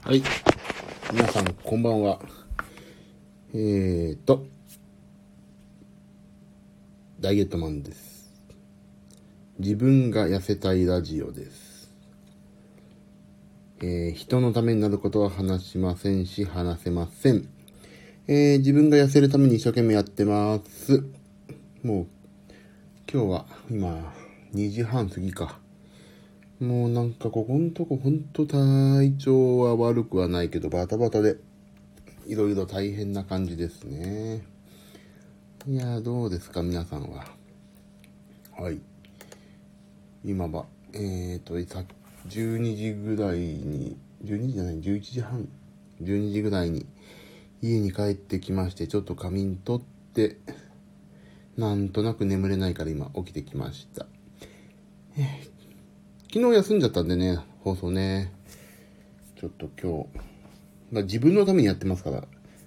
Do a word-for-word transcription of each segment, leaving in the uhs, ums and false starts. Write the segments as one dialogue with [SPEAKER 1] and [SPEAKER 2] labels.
[SPEAKER 1] はい。皆さん、こんばんは。えーと、ダイエットマンです。自分が痩せたいラジオです。えー、人のためになることは話しませんし、話せません。えー、自分が痩せるために一生懸命やってます。もう、今日は、今、にじはん過ぎか。もうなんかここんとこほんと体調は悪くはないけど、バタバタで、いろいろ大変な感じですね。いやー、どうですか皆さんは。はい。今は、えーと、さじゅうにじぐらいに、じゅうにじじゃない、じゅういちじはん、じゅうにじぐらいに家に帰ってきまして、ちょっと仮眠取って、なんとなく眠れないから今起きてきました。昨日休んじゃったんでね、放送ね。ちょっと今日、まあ、自分のためにやってますから、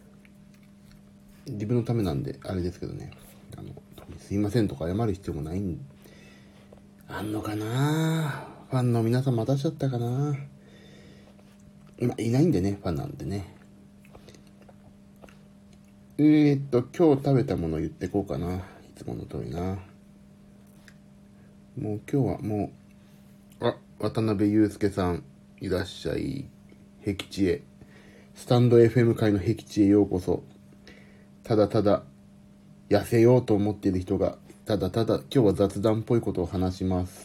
[SPEAKER 1] 自分のためなんで、あれですけどね。あの、すいませんとか謝る必要もないん、あんのかなファンの皆さん待たしちゃったかなまあ、いないんでね、ファンなんでね。えーっと、今日食べたもの言ってこうかな。いつもの通りな。もう今日はもう、あ、渡辺祐介さん、いらっしゃい。僻地へ。スタンド エフエム 界の僻地へようこそ。ただただ、痩せようと思っている人が、ただただ、今日は雑談っぽいことを話します。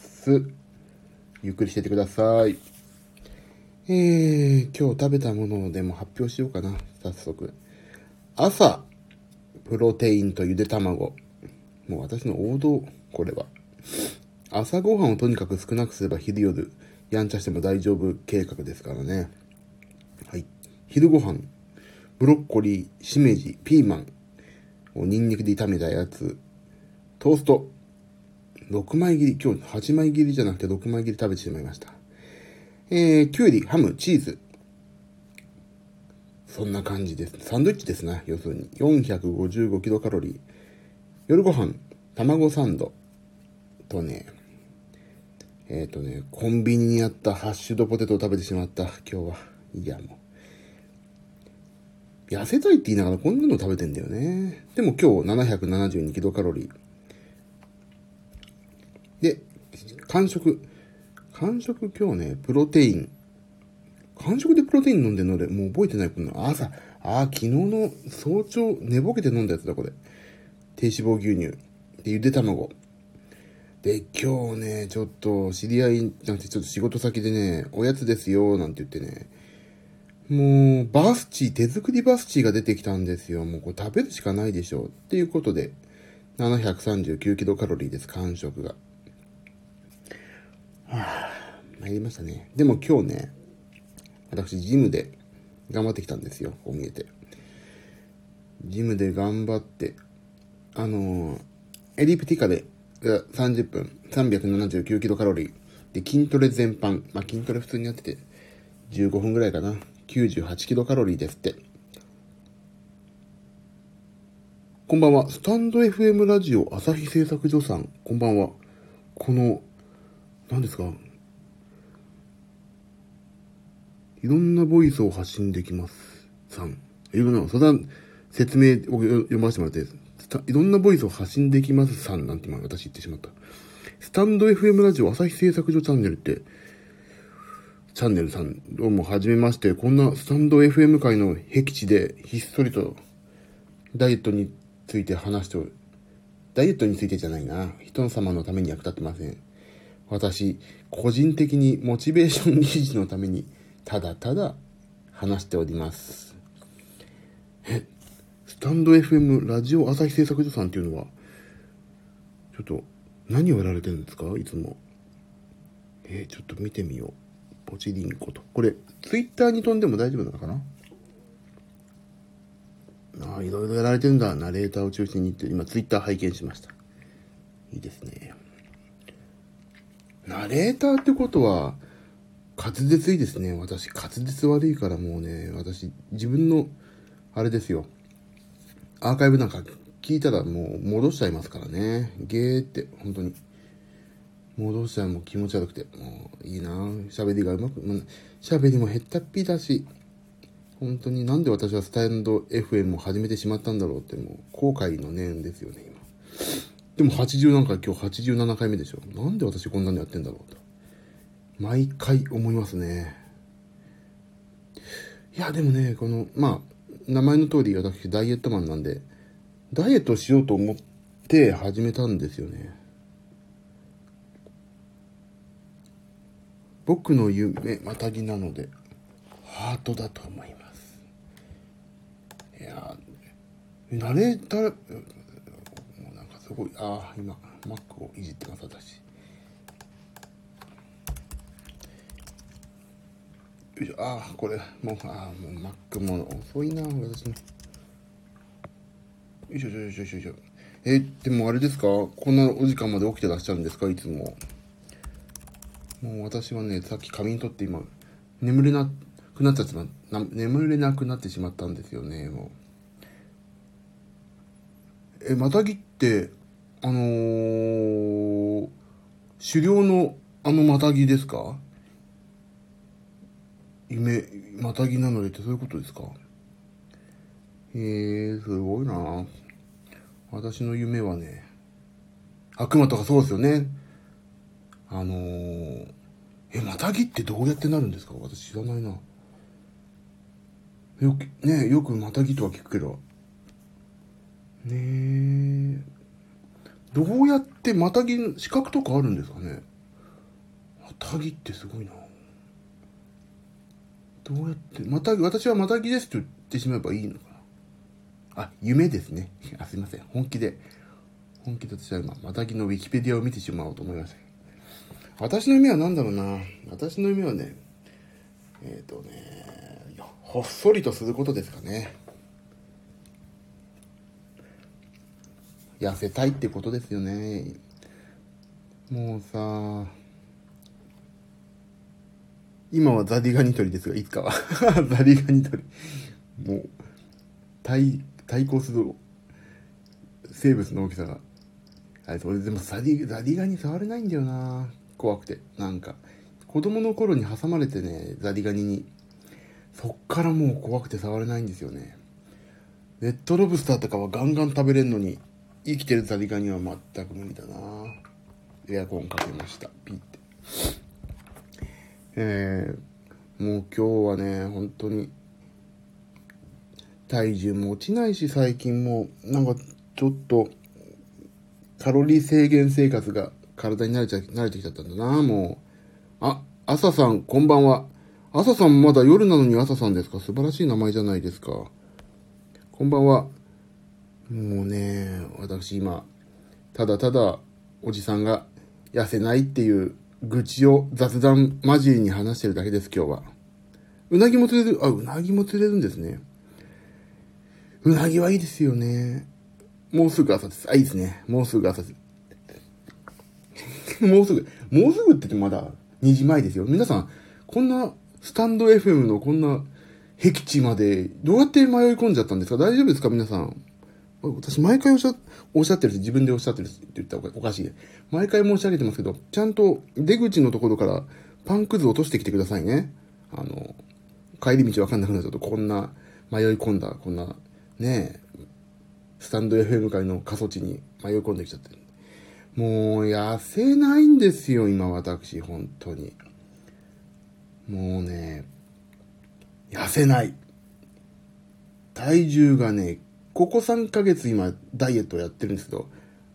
[SPEAKER 1] ゆっくりしててください。えー、今日食べたものをでも発表しようかな。早速。朝、プロテインとゆで卵。もう私の王道、これは。朝ごはんをとにかく少なくすれば昼夜、やんちゃしても大丈夫計画ですからね。はい。昼ごはん、ブロッコリー、しめじ、ピーマンをニンニクで炒めたやつ、トースト、ろくまい切り、今日はちまい切りじゃなくてろくまい切り食べてしまいました。えー、きゅうり、ハム、チーズ。そんな感じです。サンドイッチですね。要するに。よんひゃくごじゅうごキロカロリー。夜ご飯、卵サンド。とね、えっ、ー、とね、コンビニにあったハッシュドポテトを食べてしまった、今日は。いや、もう。痩せたいって言いながらこんなの食べてんだよね。でも今日ななひゃくななじゅうにキロカロリー。で、間食。間食今日ね、プロテイン。間食でプロテイン飲んでんの俺、もう覚えてない。この朝、あー、昨日の早朝、寝ぼけて飲んだやつだ、これ。低脂肪牛乳。で、ゆで卵。で、今日ね、ちょっと、知り合いじゃなくて、ちょっと仕事先でね、おやつですよ、なんて言ってね、もう、バスチー、手作りバスチーが出てきたんですよ。もうこれ食べるしかないでしょう。っていうことで、ななひゃくさんじゅうきゅうキロカロリーです、間食が。はぁ、参りましたね。でも今日ね、私、ジムで頑張ってきたんですよ、こう見えて。ジムで頑張って、あのー、エリプティカでさんじゅっぷん、さんびゃくななじゅうきゅうキロカロリー。で、筋トレ全般、まあ、筋トレ普通にやってて、じゅうごふんぐらいかな。きゅうじゅうはちキロカロリーですって。こんばんは。スタンド エフエム ラジオ朝日製作所さん。こんばんは。この、何ですか、いろんなボイスを発信できます。さん。いろんな、それは説明を読ませてもらって、いろんなボイスを発信できますさんなんて今私言ってしまった。スタンド エフエム ラジオ朝日製作所チャンネルって、チャンネルさん、どうもはじめまして、こんなスタンド エフエム 界の僻地でひっそりとダイエットについて話しておる。ダイエットについてじゃないな。人様のために役立ってません。私、個人的にモチベーション維持のために、ただただ話しております。え、スタンド エフエム ラジオ朝日製作所さんっていうのは、ちょっと何をやられてるんですかいつも。えー、ちょっと見てみよう。ポチリンコと。これ、ツイッターに飛んでも大丈夫なのかな。ああ、いろいろやられてるんだ。ナレーターを中心にって、今ツイッター拝見しました。いいですね。ナレーターってことは、滑舌いいですね。私、滑舌悪いからもうね、私、自分の、あれですよ。アーカイブなんか聞いたらもう戻しちゃいますからね。ゲーって、本当に。戻しちゃうもう気持ち悪くて。もういいな喋りがうまく、喋りもへったっぴだし、 本当になんで私はスタンド エフエム を始めてしまったんだろうって、もう後悔の念ですよね、今。でもはちじゅうなんかい、今日はちじゅうななかいめでしょ。なんで私こんなのやってんだろうと。毎回思いますね。いや、でもね、この、まあ、名前の通り私ダイエットマンなんで、ダイエットしようと思って始めたんですよね。僕の夢、またぎなので、ハートだと思います。いやー、慣れたら、もうなんかすごい、ああ、今、Mac をいじってます、私。よいしょ、ああ、これ、もう、ああ、もう Mac も遅いな、私の。よいしょ、よいしょ、よいしょ、よいしょ。え、でもあれですか、こんなお時間まで起きてらっしゃるんですか、いつも。もう私はね、さっき仮眠取って今、眠れなくなっちゃってな、眠れなくなってしまったんですよね、もう。え、またぎって、あのー、狩猟のあのまたぎですか？夢、またぎなのでってそういうことですか？えー、すごいな。私の夢はね、悪魔とかそうですよね。あのー、え、またぎってどうやってなるんですか？私知らないな。よく、ね、よくまたぎとは聞くけど。ねえ。どうやってまたぎ、資格とかあるんですかね？またぎってすごいな。どうやって、またぎ、私はまたぎですと言ってしまえばいいのかな。あ、夢ですね。あ、すいません。本気で、本気で私は今、またぎのウィキペディアを見てしまおうと思いました。私の夢は何だろうな。私の夢はね、えっとね、ほっそりとすることですかね。痩せたいってことですよね。もうさ、今はザリガニ取りですが、いつかはザリガニ取り。もう、対、対抗する生物の大きさが。あれ、それでもザリ、ザリガニ触れないんだよな。怖くて。なんか、子供の頃に挟まれてね、ザリガニに。そっからもう怖くて触れないんですよね。レッドロブスターとかはガンガン食べれるのに、生きてるザリガニは全く無理だな。エアコンかけました。ピッて。えー、もう今日はね、本当に、体重も落ちないし、最近もう、なんか、ちょっと、カロリー制限生活が体に慣れちゃ、慣れてきちゃったんだな、もう。あ、朝さん、こんばんは。朝さんまだ夜なのに朝さんですか？素晴らしい名前じゃないですか。こんばんは。もうね、私今、ただただ、おじさんが痩せないっていう愚痴を雑談交じりに話してるだけです、今日は。うなぎも釣れる、あ、うなぎも釣れるんですね。うなぎはいいですよね。もうすぐ朝です。あ、いいですね。もうすぐ朝です。もうすぐ、もうすぐって言ってもまだにじまえですよ。皆さん、こんなスタンド エフエム のこんな僻地までどうやって迷い込んじゃったんですか？大丈夫ですか皆さん。私毎回おっしゃ、おっしゃってるし、自分でおっしゃってるって言ったらおかしい。毎回申し上げてますけど、ちゃんと出口のところからパンくず落としてきてくださいね。あの、帰り道わかんなくなっちゃうと、こんな迷い込んだ、こんな、ねえ、スタンド エフエム 界の過疎地に迷い込んできちゃってる。もう、痩せないんですよ、今私、本当に。もうね、痩せない。体重がね、ここさんかげつ今、ダイエットをやってるんですけど、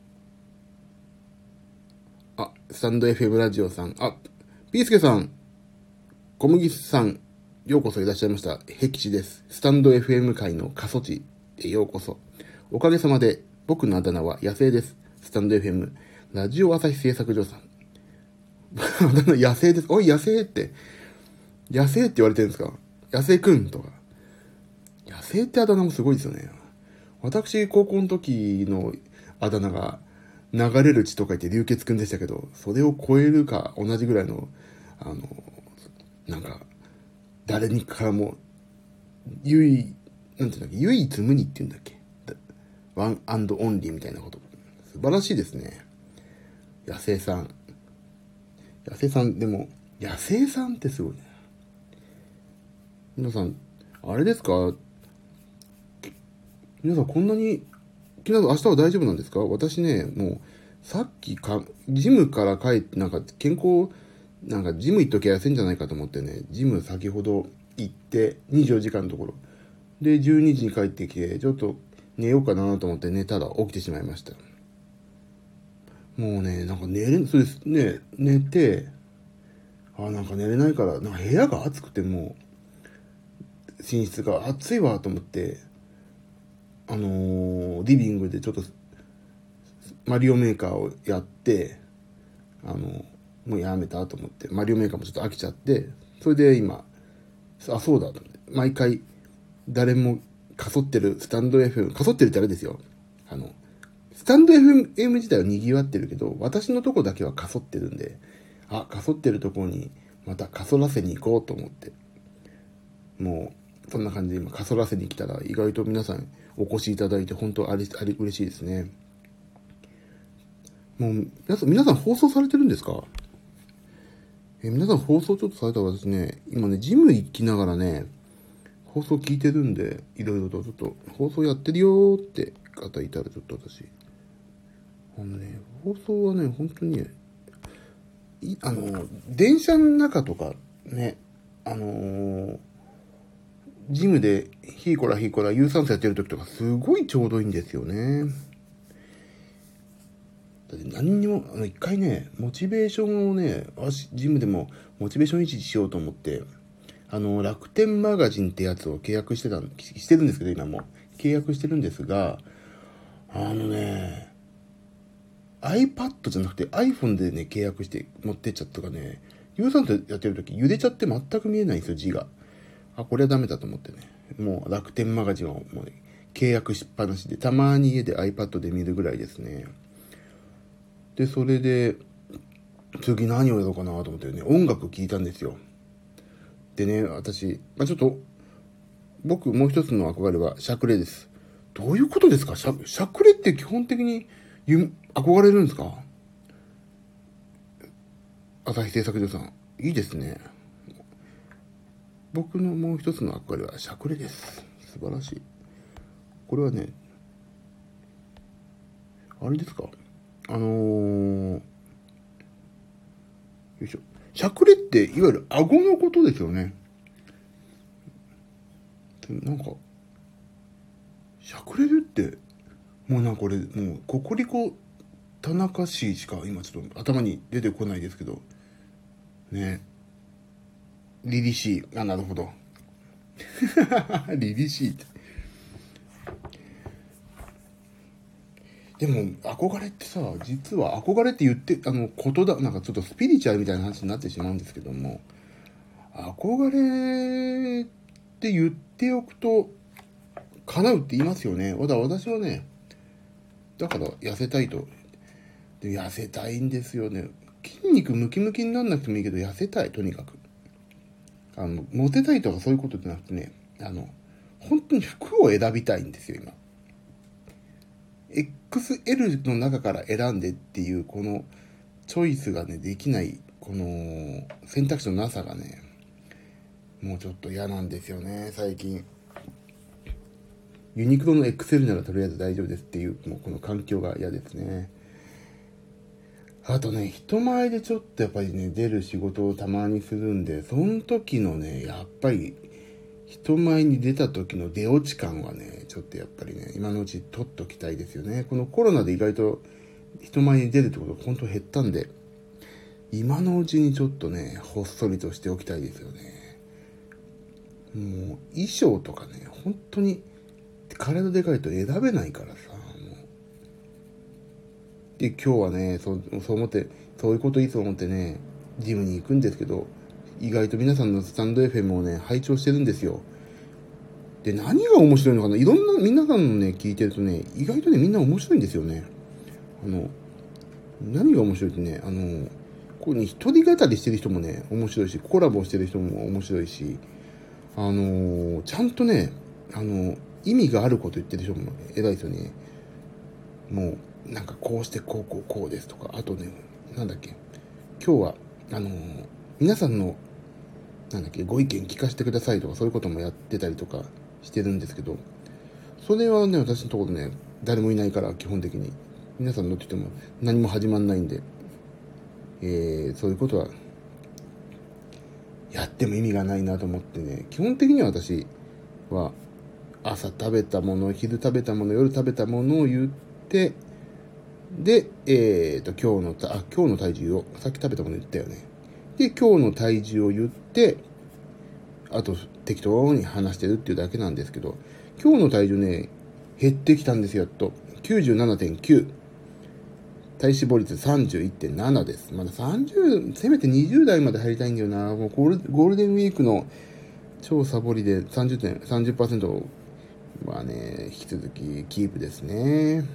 [SPEAKER 1] あ、スタンド エフエム ラジオさん、あ、ピースケさん、小麦さん、ようこそいらっしゃいました。僻地です。スタンド エフエム 界の過疎地へようこそ。おかげさまで、僕のあだ名は野生です。スタンド エフエム、ラジオ朝日製作所さん。あだ名野生です。おい、野生って。野生って言われてるんですか？野生くんとか。野生ってあだ名もすごいですよね。私、高校の時のあだ名が、流れる血とか言って流血くんでしたけど、それを超えるか同じぐらいの、あの、なんか、誰にからも、唯、なんていうんだっけ、唯一無二って言うんだっけ。ワンアンドオンリーみたいなこと。素晴らしいですね。野生さん。野生さん、でも、野生さんってすごいね。皆さん、 あれですか、皆さんこんなに、昨日明日は大丈夫なんですか？私ね、もう、さっきか、ジムから帰って、なんか健康、なんかジム行っときゃ痩せんじゃないかと思ってね、ジム先ほど行って、にじゅうよじかんのところ。で、じゅうにじに帰ってきて、ちょっと寝ようかなと思って寝たら起きてしまいました。もうね、なんか寝れん、そうですね、寝て、あ、なんか寝れないから、なんか部屋が暑くてもう、寝室が暑いわと思って、あのー、リビングでちょっとマリオメーカーをやって、あの、もうやめたと思って、マリオメーカーもちょっと飽きちゃって、それで今、あ、そうだと思って、毎回、誰もかそってるスタンド エフエム、かそってるってあれですよ。あの、スタンド エフエム 自体は賑わってるけど、私のとこだけはかそってるんで、あ、かそってるところに、またかそらせに行こうと思って、もう、そんな感じで今、かそらせに来たら、意外と皆さんお越しいただいて、本当あり、あり、嬉しいですね。もう、皆さん、皆さん放送されてるんですか？えー、皆さん放送ちょっとされたら私ね、今ね、ジム行きながらね、放送聞いてるんで、いろいろとちょっと、放送やってるよーって方いたらちょっと私、あのね、放送はね、本当にね、いあの、電車の中とかね、あのー、ジムでヒーコラヒーコラ有酸素やってる時とかすごいちょうどいいんですよね。だって何にも、あの一回ね、モチベーションをね、ジムでもモチベーション維持しようと思って、あの、楽天マガジンってやつを契約してた、してるんですけど、今も。契約してるんですが、あのね、iPad じゃなくて iPhone でね、契約して持ってっちゃったとかね、有酸素やってる時茹でちゃって全く見えないんですよ、字が。あ、これはダメだと思ってね。もう楽天マガジンをもう、ね、契約しっぱなしで、たまに家で iPad で見るぐらいですね。で、それで、次何をやろうかなと思ってね、音楽聴いたんですよ。でね、私、まあ、ちょっと、僕もう一つの憧れはシャクレです。どういうことですか？シャ、シャクレって基本的に憧れるんですか？朝日製作所さん。いいですね。僕のもう一つの憧れはシャクレです。素晴らしい。これはね、あれですか？あのー、よいしょ。しゃくれっていわゆる顎のことですよね。なんか、しゃくれるって、もうなんかこれ、もうココリコ田中氏しか今ちょっと頭に出てこないですけど、ね。凛々しい。あ、なるほど。凛々しいって。でも、憧れってさ、実は憧れって言って、あの、ことだ、なんかちょっとスピリチュアルみたいな話になってしまうんですけども、憧れって言っておくと、叶うって言いますよね。だから私はね、だから痩せたいと。で、痩せたいんですよね。筋肉ムキムキになんなくてもいいけど、痩せたい、とにかく。あの、モテたいとかそういうことじゃなくてね、あの、本当に服を選びたいんですよ、今。エックスエル の中から選んでっていう、この、チョイスがね、できない、この、選択肢のなさがね、もうちょっと嫌なんですよね、最近。ユニクロの エックスエル ならとりあえず大丈夫ですっていう、もうこの環境が嫌ですね。あとね、人前でちょっとやっぱりね、出る仕事をたまにするんで、その時のね、やっぱり、人前に出た時の出落ち感はね、ちょっとやっぱりね、今のうち取っときたいですよね。このコロナで意外と人前に出るってことが本当減ったんで、今のうちにちょっとね、ほっそりとしておきたいですよね。もう、衣装とかね、本当に、体でかいと選べないからさ、もう。で、今日はね、そう、そう思って、そういうこといつも思ってね、ジムに行くんですけど、意外と皆さんのスタンド エフエム をね、拝聴してるんですよ。で、何が面白いのかな、いろんな、皆さんのね、聞いてるとね、意外とね、みんな面白いんですよね。あの、何が面白いってね、あの、ここに一人語りしてる人もね、面白いし、コラボしてる人も面白いし、あの、ちゃんとね、あの、意味があること言ってる人も偉いですよね。もう、なんかこうしてこうこうこうですとか、あとね、なんだっけ、今日は、あの、皆さんの、 なんだっけ、ご意見聞かせてくださいとか、そういうこともやってたりとかしてるんですけど、それはね、私のところね、誰もいないから、基本的に。皆さん乗ってても何も始まんないんで、えー、そういうことは、やっても意味がないなと思ってね、基本的には私は、朝食べたもの、昼食べたもの、夜食べたものを言って、で、えーと、今日の、あ、今日の体重を、さっき食べたもの言ったよね。で、今日の体重を言って、あと、適当に話してるっていうだけなんですけど、今日の体重ね、減ってきたんですよ、やっと。きゅうじゅうななてんきゅう。体脂肪率 さんじゅういってんなな です。まださんじゅう、せめてにじゅう代まで入りたいんだよな。もうゴール、ゴールデンウィークの超サボりでさんじゅうてん、さんじゅっパーセントはね、引き続きキープですね。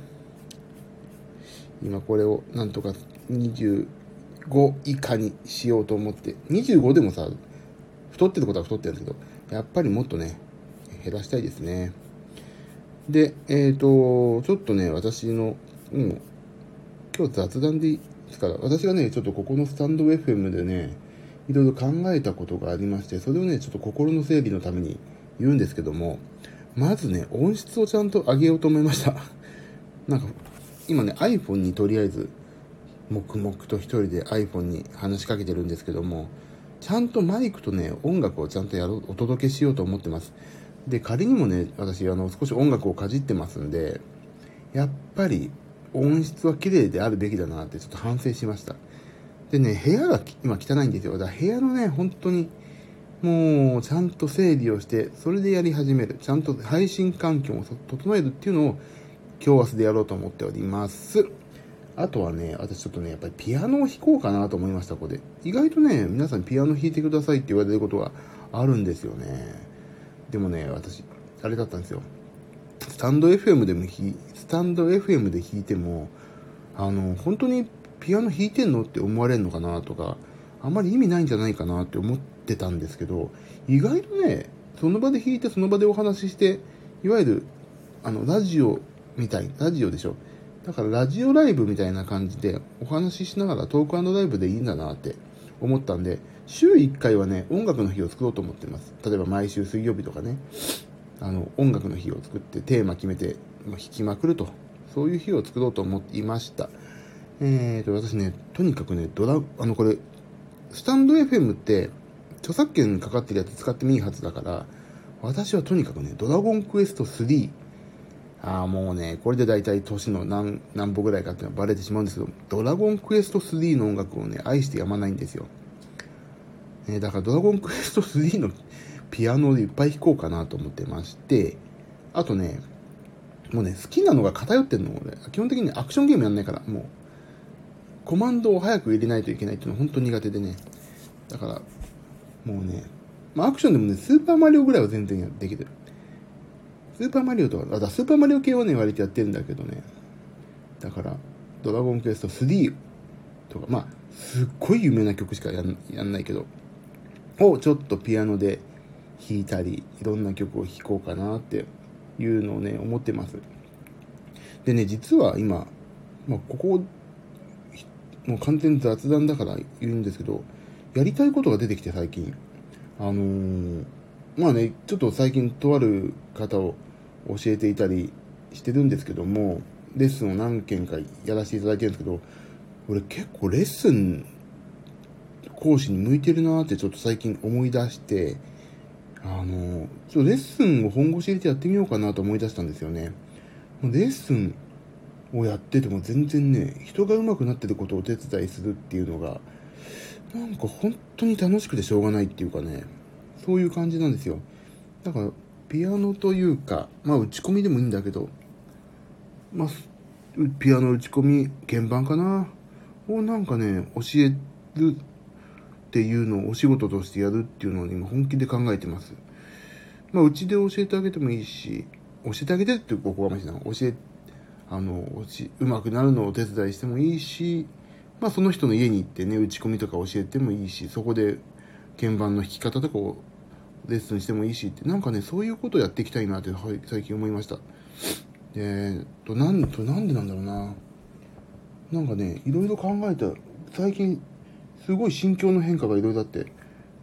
[SPEAKER 1] 今これをなんとかにじゅうご以下にしようと思って、にじゅうごでもさ、太ってることは太ってるんですけど、やっぱりもっとね、減らしたいですね。で、えっと、ちょっとね、私の、うん、今日雑談でいいですから、私がね、ちょっとここのスタンド エフエム でね、いろいろ考えたことがありまして、それをね、ちょっと心の整理のために言うんですけども、まずね、音質をちゃんと上げようと思いました。なんか、今ね、iPhone にとりあえず、黙々と一人で iPhone に話しかけてるんですけども、ちゃんとマイクとね、音楽をちゃんとやろう、お届けしようと思ってます。で、仮にもね、私、あの、少し音楽をかじってますんで、やっぱり、音質は綺麗であるべきだなってちょっと反省しました。でね、部屋が今汚いんですよ。だから部屋のね、本当に、もう、ちゃんと整理をして、それでやり始める。ちゃんと配信環境を整えるっていうのを、今日明日でやろうと思っております。あとはね、私ちょっとね、やっぱりピアノを弾こうかなと思いました、ここで。意外とね、皆さんピアノ弾いてくださいって言われることがあるんですよね。でもね、私、あれだったんですよ。スタンド エフエム でも弾、スタンド エフエム で弾いても、あの、本当にピアノ弾いてんのって思われるのかなとか、あんまり意味ないんじゃないかなって思ってたんですけど、意外とね、その場で弾いてその場でお話しして、いわゆる、あの、ラジオみたい、ラジオでしょ。だからラジオライブみたいな感じでお話ししながらトーク&ライブでいいんだなって思ったんで、週いっかいはね、音楽の日を作ろうと思ってます。例えば毎週水曜日とかね、あの、音楽の日を作ってテーマ決めて弾きまくると。そういう日を作ろうと思っていました。えーと、私ね、とにかくね、ドラ、あのこれ、スタンド エフエム って著作権かかってるやつ使ってもいいはずだから、私はとにかくね、ドラゴンクエストスリー、ああ、もうね、これで大体年の何、何歩ぐらいかっていうのはバレてしまうんですけど、ドラゴンクエストスリーの音楽をね、愛してやまないんですよ。ね、だからドラゴンクエストスリーのピアノでいっぱい弾こうかなと思ってまして、あとね、もうね、好きなのが偏ってるのもね、基本的にアクションゲームやんないから、もう、コマンドを早く入れないといけないっていうのは本当に苦手でね。だから、もうね、まあアクションでもね、スーパーマリオぐらいは全然できる。スーパーマリオとか、あ、だスーパーマリオ系はね、割とやってるんだけどね。だから、ドラゴンクエストスリーとか、まあ、すっごい有名な曲しかやん、やんないけど、をちょっとピアノで弾いたり、いろんな曲を弾こうかなっていうのをね、思ってます。でね、実は今、まあ、ここ、もう完全に雑談だから言うんですけど、やりたいことが出てきて最近。あのー、まあね、ちょっと最近とある方を教えていたりしてるんですけども、レッスンを何件かやらせていただいてるんですけど、俺結構レッスン講師に向いてるなーってちょっと最近思い出して、あのー、ちょっとレッスンを本腰入れてやってみようかなと思い出したんですよね。レッスンをやってても全然ね、人が上手くなってることをお手伝いするっていうのが、なんか本当に楽しくてしょうがないっていうかね、そういう感じなんですよ。だから、ピアノというか、まあ打ち込みでもいいんだけど、まあ、ピアノ打ち込み、鍵盤かなをなんかね、教えるっていうのをお仕事としてやるっていうのを今本気で考えてます。まあ、うちで教えてあげてもいいし、教えてあげてってここがましいな。教え、あの、うまくなるのをお手伝いしてもいいし、まあその人の家に行ってね、打ち込みとか教えてもいいし、そこで鍵盤の弾き方とかをレッスンしてもいいしって、なんかね、そういうことをやっていきたいなって最近思いました。で、と、なんと、なんでなんだろうな。なんかね、いろいろ考えた、最近、すごい心境の変化がいろいろあって、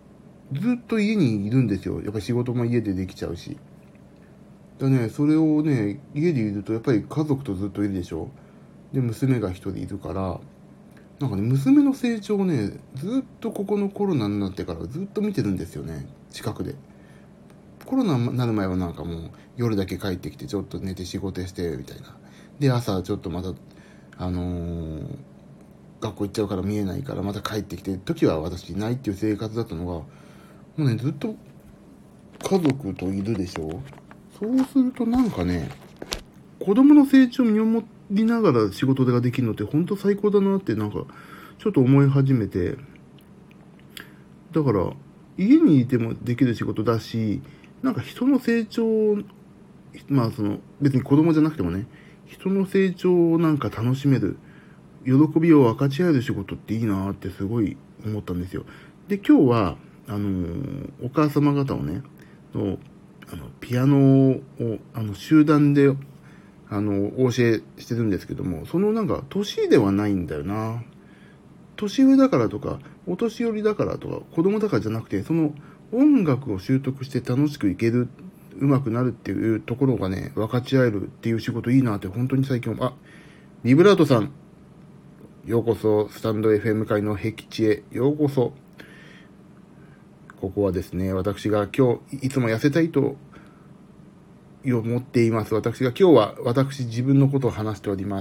[SPEAKER 1] ずっと家にいるんですよ。やっぱり仕事も家でできちゃうし。だね、それをね、家でいるとやっぱり家族とずっといるでしょ。で、娘が一人いるから、なんかね、娘の成長をね、ずっとここのコロナになってからずっと見てるんですよね、近くで。コロナになる前はなんかもう夜だけ帰ってきてちょっと寝て仕事してみたいな。で、朝ちょっとまた、あのー、学校行っちゃうから見えないからまた帰ってきて、時は私いないっていう生活だったのが、もうね、ずっと家族といるでしょ。そうするとなんかね、子供の成長を見守りながら仕事ができるのって本当最高だなってなんかちょっと思い始めて、だから家にいてもできる仕事だし、なんか人の成長を、まあその別に子供じゃなくてもね、人の成長をなんか楽しめる、喜びを分かち合える仕事っていいなってすごい思ったんですよ。で、今日はあのー、お母様方をねのあのピアノをあの集団であのお教えしてるんですけども、そのなんか年ではないんだよな。年上だからとかお年寄りだからとか子供だからじゃなくて、その音楽を習得して楽しくいける、上手くなるっていうところがね、分かち合えるっていう仕事いいなって本当に最近思う。あ、ビブラートさん、ようこそスタンド エフエム 界の僻地へようこそ。ここはですね、私が今日いつも痩せたいと思っています。私が今日は私自分のことを話しております。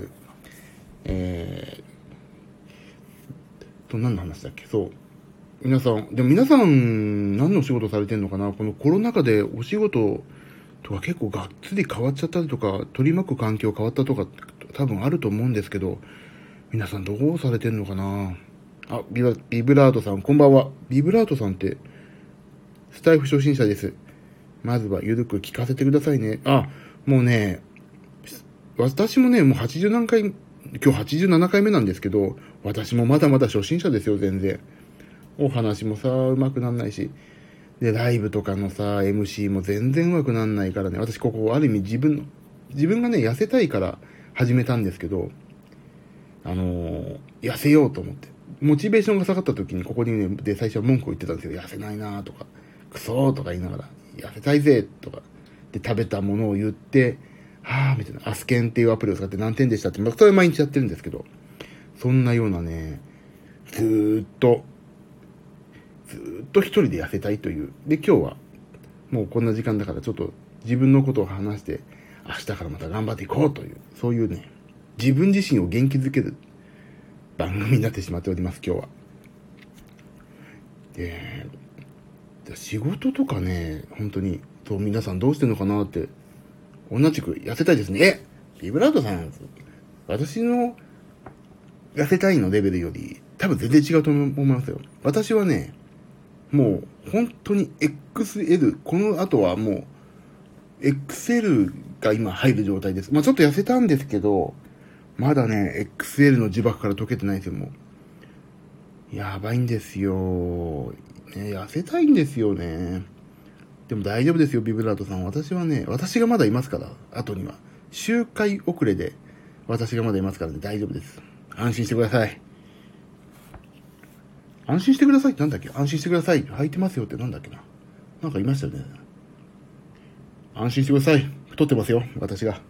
[SPEAKER 1] えーと、何の話だっけ。そう。皆さん、でも皆さん何の仕事されてんのかな。このコロナ禍でお仕事とか結構がっつり変わっちゃったりとか、取り巻く環境変わったとか多分あると思うんですけど、皆さんどうされてんのかな。あ、ビブ、ビブラートさん、こんばんは。ビブラートさんって、スタイフ初心者です。まずはゆるく聞かせてくださいね。あ、もうね、私もね、もうはちじゅう何回、今日はちじゅうななかいめなんですけど、私もまだまだ初心者ですよ、全然。お話もさ、うまくなんないし。で、ライブとかのさ、エムシー も全然うまくなんないからね、私ここ、ある意味自分の、自分がね、痩せたいから始めたんですけど、あのー、痩せようと思って。モチベーションが下がった時にここにね、で、最初は文句を言ってたんですよ。痩せないなとか、クソーとか言いながら、痩せたいぜとか。で、食べたものを言って、はぁ、みたいな、アスケンっていうアプリを使って何点でしたって、まあ、それ毎日やってるんですけど、そんなようなね、ずーっと、ずーっと一人で痩せたいという。で、今日は、もうこんな時間だからちょっと自分のことを話して、明日からまた頑張っていこうという、そういうね、自分自身を元気づける番組になってしまっております、今日は。で、仕事とかね、本当に、そう、皆さんどうしてんのかなって、同じく痩せたいですね。えビブラートさん、私の痩せたいのレベルより、多分全然違うと思いますよ。私はね、もう、本当に エックスエル、この後はもう、エックスエル が今入る状態です。まあちょっと痩せたんですけど、まだね、エックスエル の呪縛から解けてないんですよ、もう。やばいんですよ。ね、痩せたいんですよね。でも大丈夫ですよ、ビブラートさん。私はね、私がまだいますから、後には。周回遅れで、私がまだいますからね、大丈夫です。安心してください。安心してくださいってなんだっけ。安心してください。履いてますよってなんだっけな。なんか言いましたよね。安心してください。太ってますよ、私が。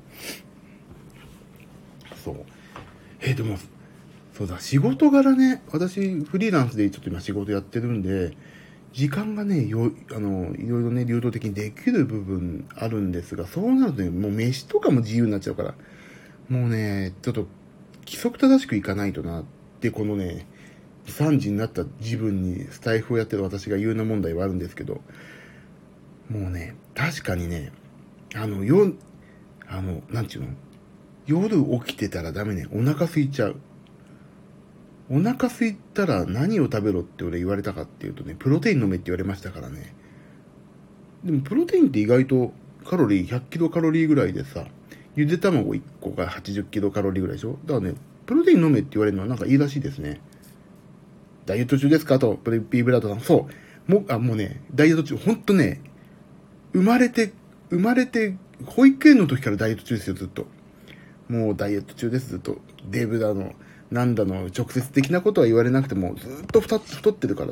[SPEAKER 1] そう。えー、でも、そうだ、仕事柄ね、私、フリーランスでちょっと今仕事やってるんで、時間がね、よ、あの、いろいろね、流動的にできる部分あるんですが、そうなるとね、もう飯とかも自由になっちゃうから、もうね、ちょっと、規則正しくいかないとなって、このね、さんじになった自分にスタイフをやってる私が言うような問題はあるんですけど、もうね、確かにね、あの、よ、あの、なんちゅうの、夜起きてたらダメね、お腹空いちゃう。お腹空いたら何を食べろって俺言われたかっていうとね、プロテイン飲めって言われましたからね。でもプロテインって意外とカロリーひゃくキロカロリーぐらいでさ、ゆで卵いっこがはちじゅっキロカロリーぐらいでしょ。だからね、プロテイン飲めって言われるのはなんかいいらしいですね。ダイエット中ですかと、ピーブラートさん。そう。もう、あ、もうね、ダイエット中、ほんとね、生まれて、生まれて、保育園の時からダイエット中ですよ、ずっと。もうダイエット中です、ずっと。デブだの、なんだの、直接的なことは言われなくても、ずっと太ってるから、ずっ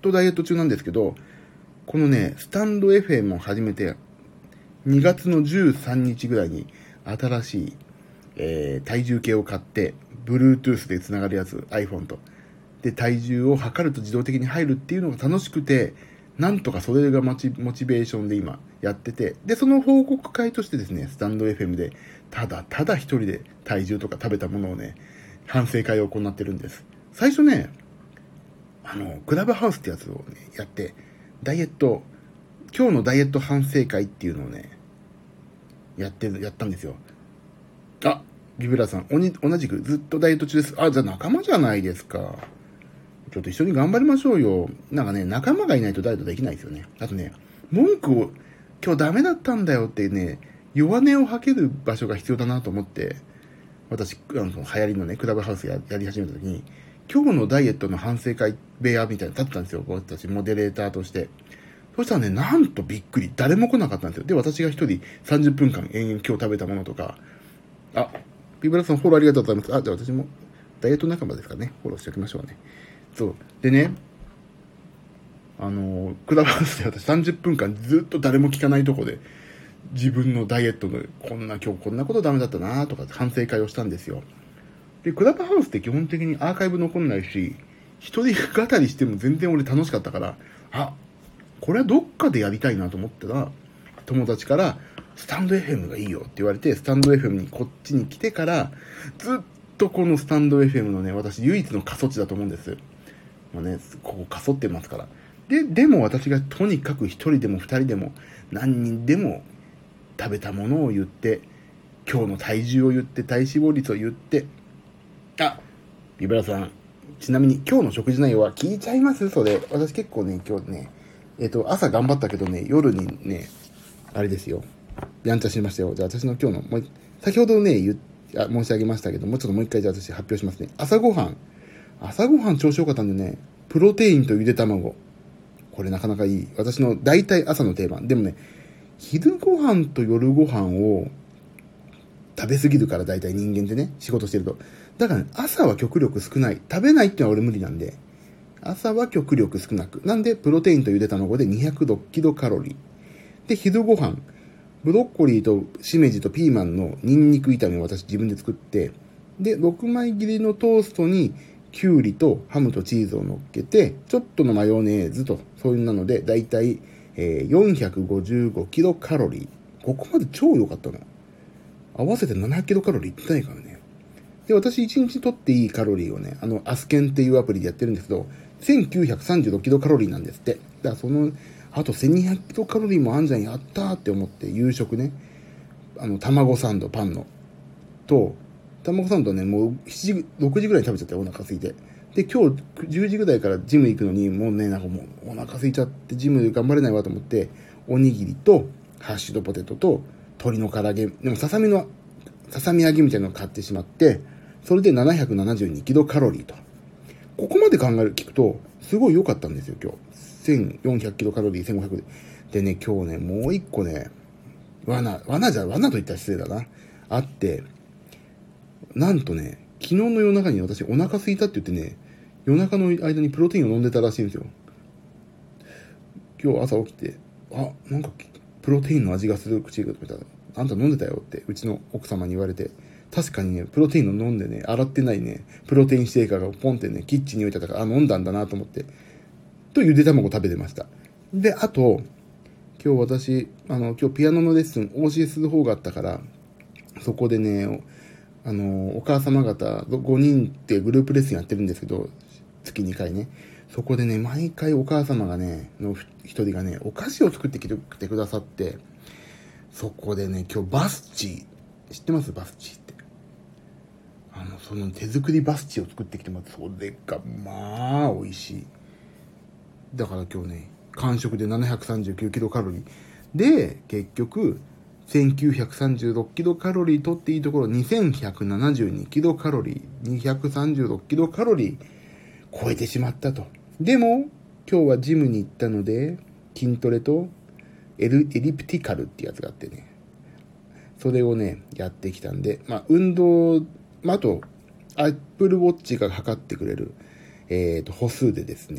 [SPEAKER 1] とダイエット中なんですけど、このね、スタンド エフエム を始めて、にがつのじゅうさんにちぐらいに新しい、えー、体重計を買って、Bluetooth でつながるやつ、iPhone と。で、体重を測ると自動的に入るっていうのが楽しくて、なんとかそれがモチ、モチベーションで今やってて、で、その報告会としてですね、スタンド エフエム で、ただただ一人で体重とか食べたものをね、反省会を行ってるんです。最初ね、あの、クラブハウスってやつをね、やって、ダイエット、今日のダイエット反省会っていうのをね、やってる、やったんですよ。あ、ビブラさん、おに、同じくずっとダイエット中です。あ、じゃあ仲間じゃないですか。ちょっと一緒に頑張りましょうよ。なんかね、仲間がいないとダイエットできないですよね。あとね、文句を、今日ダメだったんだよってね、弱音を吐ける場所が必要だなと思って、私、あの、流行りのね、クラブハウスややり始めた時に、今日のダイエットの反省会部屋みたいなの立ってたんですよ。僕たちモデレーターとして。そしたらね、なんとびっくり。誰も来なかったんですよ。で、私が一人さんじゅっぷんかん延々今日食べたものとか、あ、ビブラさんフォローありがとうございます。あ、じゃあ私もダイエット仲間ですからね。フォローしておきましょうね。そう。でね、あの、クラブハウスで私さんじゅっぷんかんずっと誰も聞かないとこで、自分のダイエットの、こんな今日こんなことダメだったなとか反省会をしたんですよ。で、クラブハウスって基本的にアーカイブ残んないし、一人語りしても全然俺楽しかったから、あ、これはどっかでやりたいなと思ったら、友達から、スタンド エフエム がいいよって言われて、スタンド エフエム にこっちに来てから、ずっとこのスタンド エフエム のね、私唯一の過疎地だと思うんです。まあね、ここ過疎ってますから。で、でも私がとにかく一人でも二人でも何人でも食べたものを言って、今日の体重を言って、体脂肪率を言って、あ、ビブラさん、ちなみに今日の食事内容は聞いちゃいますそれ。私結構ね、今日ね、えっと、朝頑張ったけどね、夜にね、あれですよ。やんちゃしましたよ。じゃあ私の今日の、もう、先ほどね、言あ申し上げましたけども、ちょっともう一回じゃあ私発表しますね。朝ごはん。朝ごはん調子良かったんでね、プロテインとゆで卵。これなかなかいい。私の大体朝の定番。でもね、昼ご飯と夜ご飯を食べ過ぎるから大体人間ってね、仕事してると。だから、ね、朝は極力少ない。食べないってのは俺無理なんで。朝は極力少なく。なんで、プロテインとゆで卵でにひゃくろっキロカロリー。で、昼ご飯。ブロッコリーとしめじとピーマンのニンニク炒めを私自分で作って、で、ろくまい切りのトーストにキュウリとハムとチーズを乗っけて、ちょっとのマヨネーズと、そういうなので、だいたい、えー、よんひゃくごじゅうごキロカロリー。ここまで超良かったの。合わせてななひゃくキロカロリーいってないからね。で、私いちにち取っていいカロリーをね、あの、アスケンっていうアプリでやってるんですけど、せんきゅうひゃくさんじゅうろくキロカロリーなんですって。だからその、あとせんにひゃくキロカロリーもあんじゃん、やったーって思って、夕食ね、あの、卵サンド、パンの、と、卵サンドね、もうしちじ、ろくじぐらいに食べちゃってお腹空いて。で、今日じゅうじぐらいからジム行くのに、もうね、なんかもうお腹空いちゃってジム頑張れないわと思って、おにぎりと、ハッシュドポテトと、鶏の唐揚げ、でもささみの、ささみ揚げみたいなのを買ってしまって、それでななひゃくななじゅうにキロカロリーと。ここまで考える、聞くと、すごい良かったんですよ、今日。せんよんひゃくキロカロリー、せんごひゃくで。でね、今日ね、もう一個ね、罠、罠じゃ、罠と言ったら失礼だな。あって、なんとね、昨日の夜中に私お腹空いたって言ってね、夜中の間にプロテインを飲んでたらしいんですよ。今日朝起きて、あ、なんかプロテインの味がする口が止めたら、あんた飲んでたよって、うちの奥様に言われて、確かにね、プロテインの飲んでね、洗ってないね、プロテインシェイカーがポンってね、キッチンに置いてあったから、あ、飲んだんだなと思って、とゆで卵食べてました。で、あと、今日私、あの、今日ピアノのレッスン、お教えする方があったから、そこでね、あの、お母様方、ごにんってグループレッスンやってるんですけど、月にかいね。そこでね、毎回お母様がね、の一人がね、お菓子を作ってきてくださって、そこでね、今日バスチー、知ってますバスチーって。あの、その手作りバスチーを作ってきてもらって、それが、まあ、美味しい。だから今日ね、完食でななひゃくさんじゅうきゅうキロカロリー。で、結局、せんきゅうひゃくさんじゅうろくキロカロリー取っていいところ、にせんひゃくななじゅうにキロカロリー、にひゃくさんじゅうろくキロカロリー超えてしまったと。でも、今日はジムに行ったので、筋トレとエル、エリプティカルってやつがあってね、それをね、やってきたんで、まあ、運動、まあ、あと、Apple Watch が測ってくれる、えっと、歩数でですね、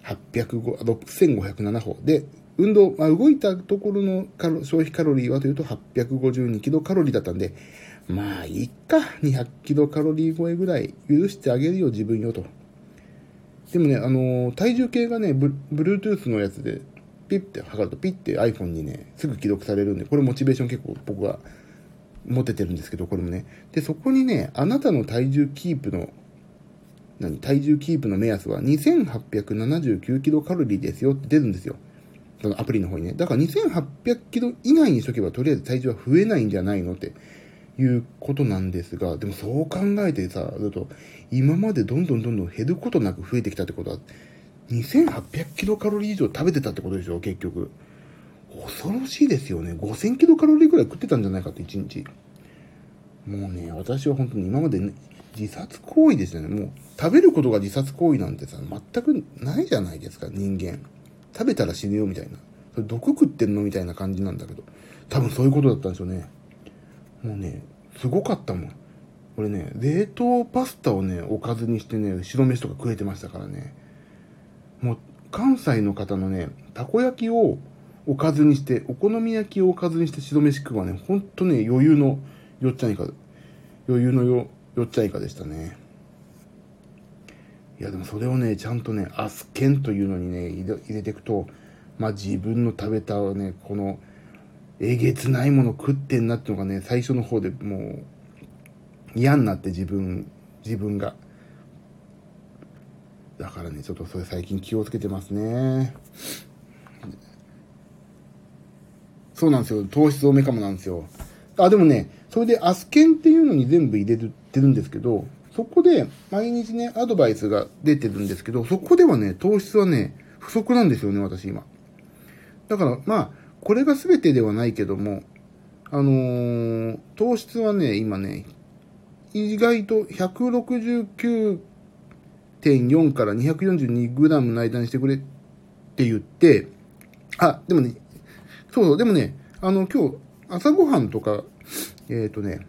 [SPEAKER 1] はっぴゃくご、ろくせんごひゃくななほで、運動、まあ、動いたところのカロ消費カロリーはというとはっぴゃくごじゅうにキロカロリーだったんで、まあいいか、にひゃくキロカロリー超えぐらい許してあげるよ自分よと。でもね、あのー、体重計がね、ブ、Bluetooth のやつでピッて測るとピッて iPhone にね、すぐ記録されるんで、これモチベーション結構僕は持ててるんですけど、これもね。で、そこにね、あなたの体重キープの、何、体重キープの目安はにせんはっぴゃくななじゅうきゅうキロカロリーですよって出るんですよ。そのアプリの方にね。だからにせんはっぴゃくキロ以内にしとけばとりあえず体重は増えないんじゃないのっていうことなんですが、でもそう考えてさ、だと今までどんどんどんどん減ることなく増えてきたってことは、にせんはっぴゃくキロカロリー以上食べてたってことでしょ、結局。恐ろしいですよね。ごせんキロカロリーくらい食ってたんじゃないかっていちにち。もうね、私は本当に今まで、ね、自殺行為ですよね。もう食べることが自殺行為なんてさ、全くないじゃないですか、人間。食べたら死ぬよみたいな。それ毒食ってんのみたいな感じなんだけど。多分そういうことだったんでしょうね。もうね、すごかったもん。俺ね、冷凍パスタをね、おかずにしてね、白飯とか食えてましたからね。もう、関西の方のね、たこ焼きをおかずにして、お好み焼きをおかずにして白飯食うはね、ほんとね、余裕のよっちゃんいか、余裕のよ、よっちゃんいかでしたね。いやでもそれをね、ちゃんとね、アスケンというのにね、入れ、入れていくと、まあ自分の食べたね、この、えげつないもの食ってんなっていうのがね、最初の方でもう、嫌になって自分、自分が。だからね、ちょっとそれ最近気をつけてますね。そうなんですよ。糖質多めかもなんですよ。あ、でもね、それでアスケンっていうのに全部入れてるんですけど、そこで毎日ね、アドバイスが出てるんですけど、そこではね、糖質はね、不足なんですよね、私今。だから、まあ、これが全てではないけども、あのー、糖質はね、今ね、意外と ひゃくろくじゅうきゅうてんよん から にひゃくよんじゅうにグラム の間にしてくれって言って、あ、でもね、そうそう、でもね、あの、今日、朝ごはんとか、えっ、ー、とね、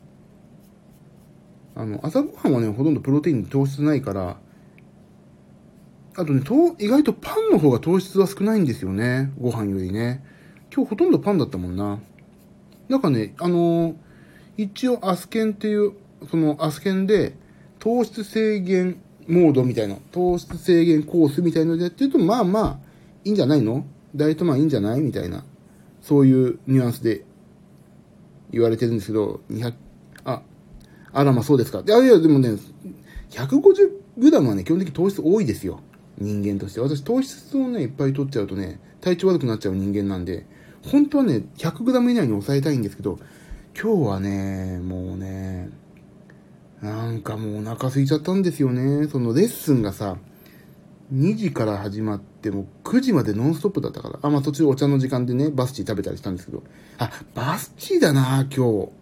[SPEAKER 1] あの、朝ごはんはね、ほとんどプロテイン糖質ないから、あとね、糖、意外とパンの方が糖質は少ないんですよね。ご飯よりね。今日ほとんどパンだったもんな。なんかね、あのー、一応アスケンっていう、そのアスケンで、糖質制限モードみたいな、糖質制限コースみたいなのでやってると、まあまあ、いいんじゃないの？ダイエットマンいいんじゃないみたいな、そういうニュアンスで言われてるんですけど、にひゃく、あ、あらまあそうですか。いやいや、でもね、ひゃくごじゅうグラムはね、基本的に糖質多いですよ。人間として。私、糖質をね、いっぱい取っちゃうとね、体調悪くなっちゃう人間なんで、本当はね、ひゃくグラム以内に抑えたいんですけど、今日はね、もうね、なんかもうお腹空いちゃったんですよね。そのレッスンがさ、にじから始まってもくじまでノンストップだったから。あ、まあ途中お茶の時間でね、バスチー食べたりしたんですけど。あ、バスチーだな、今日。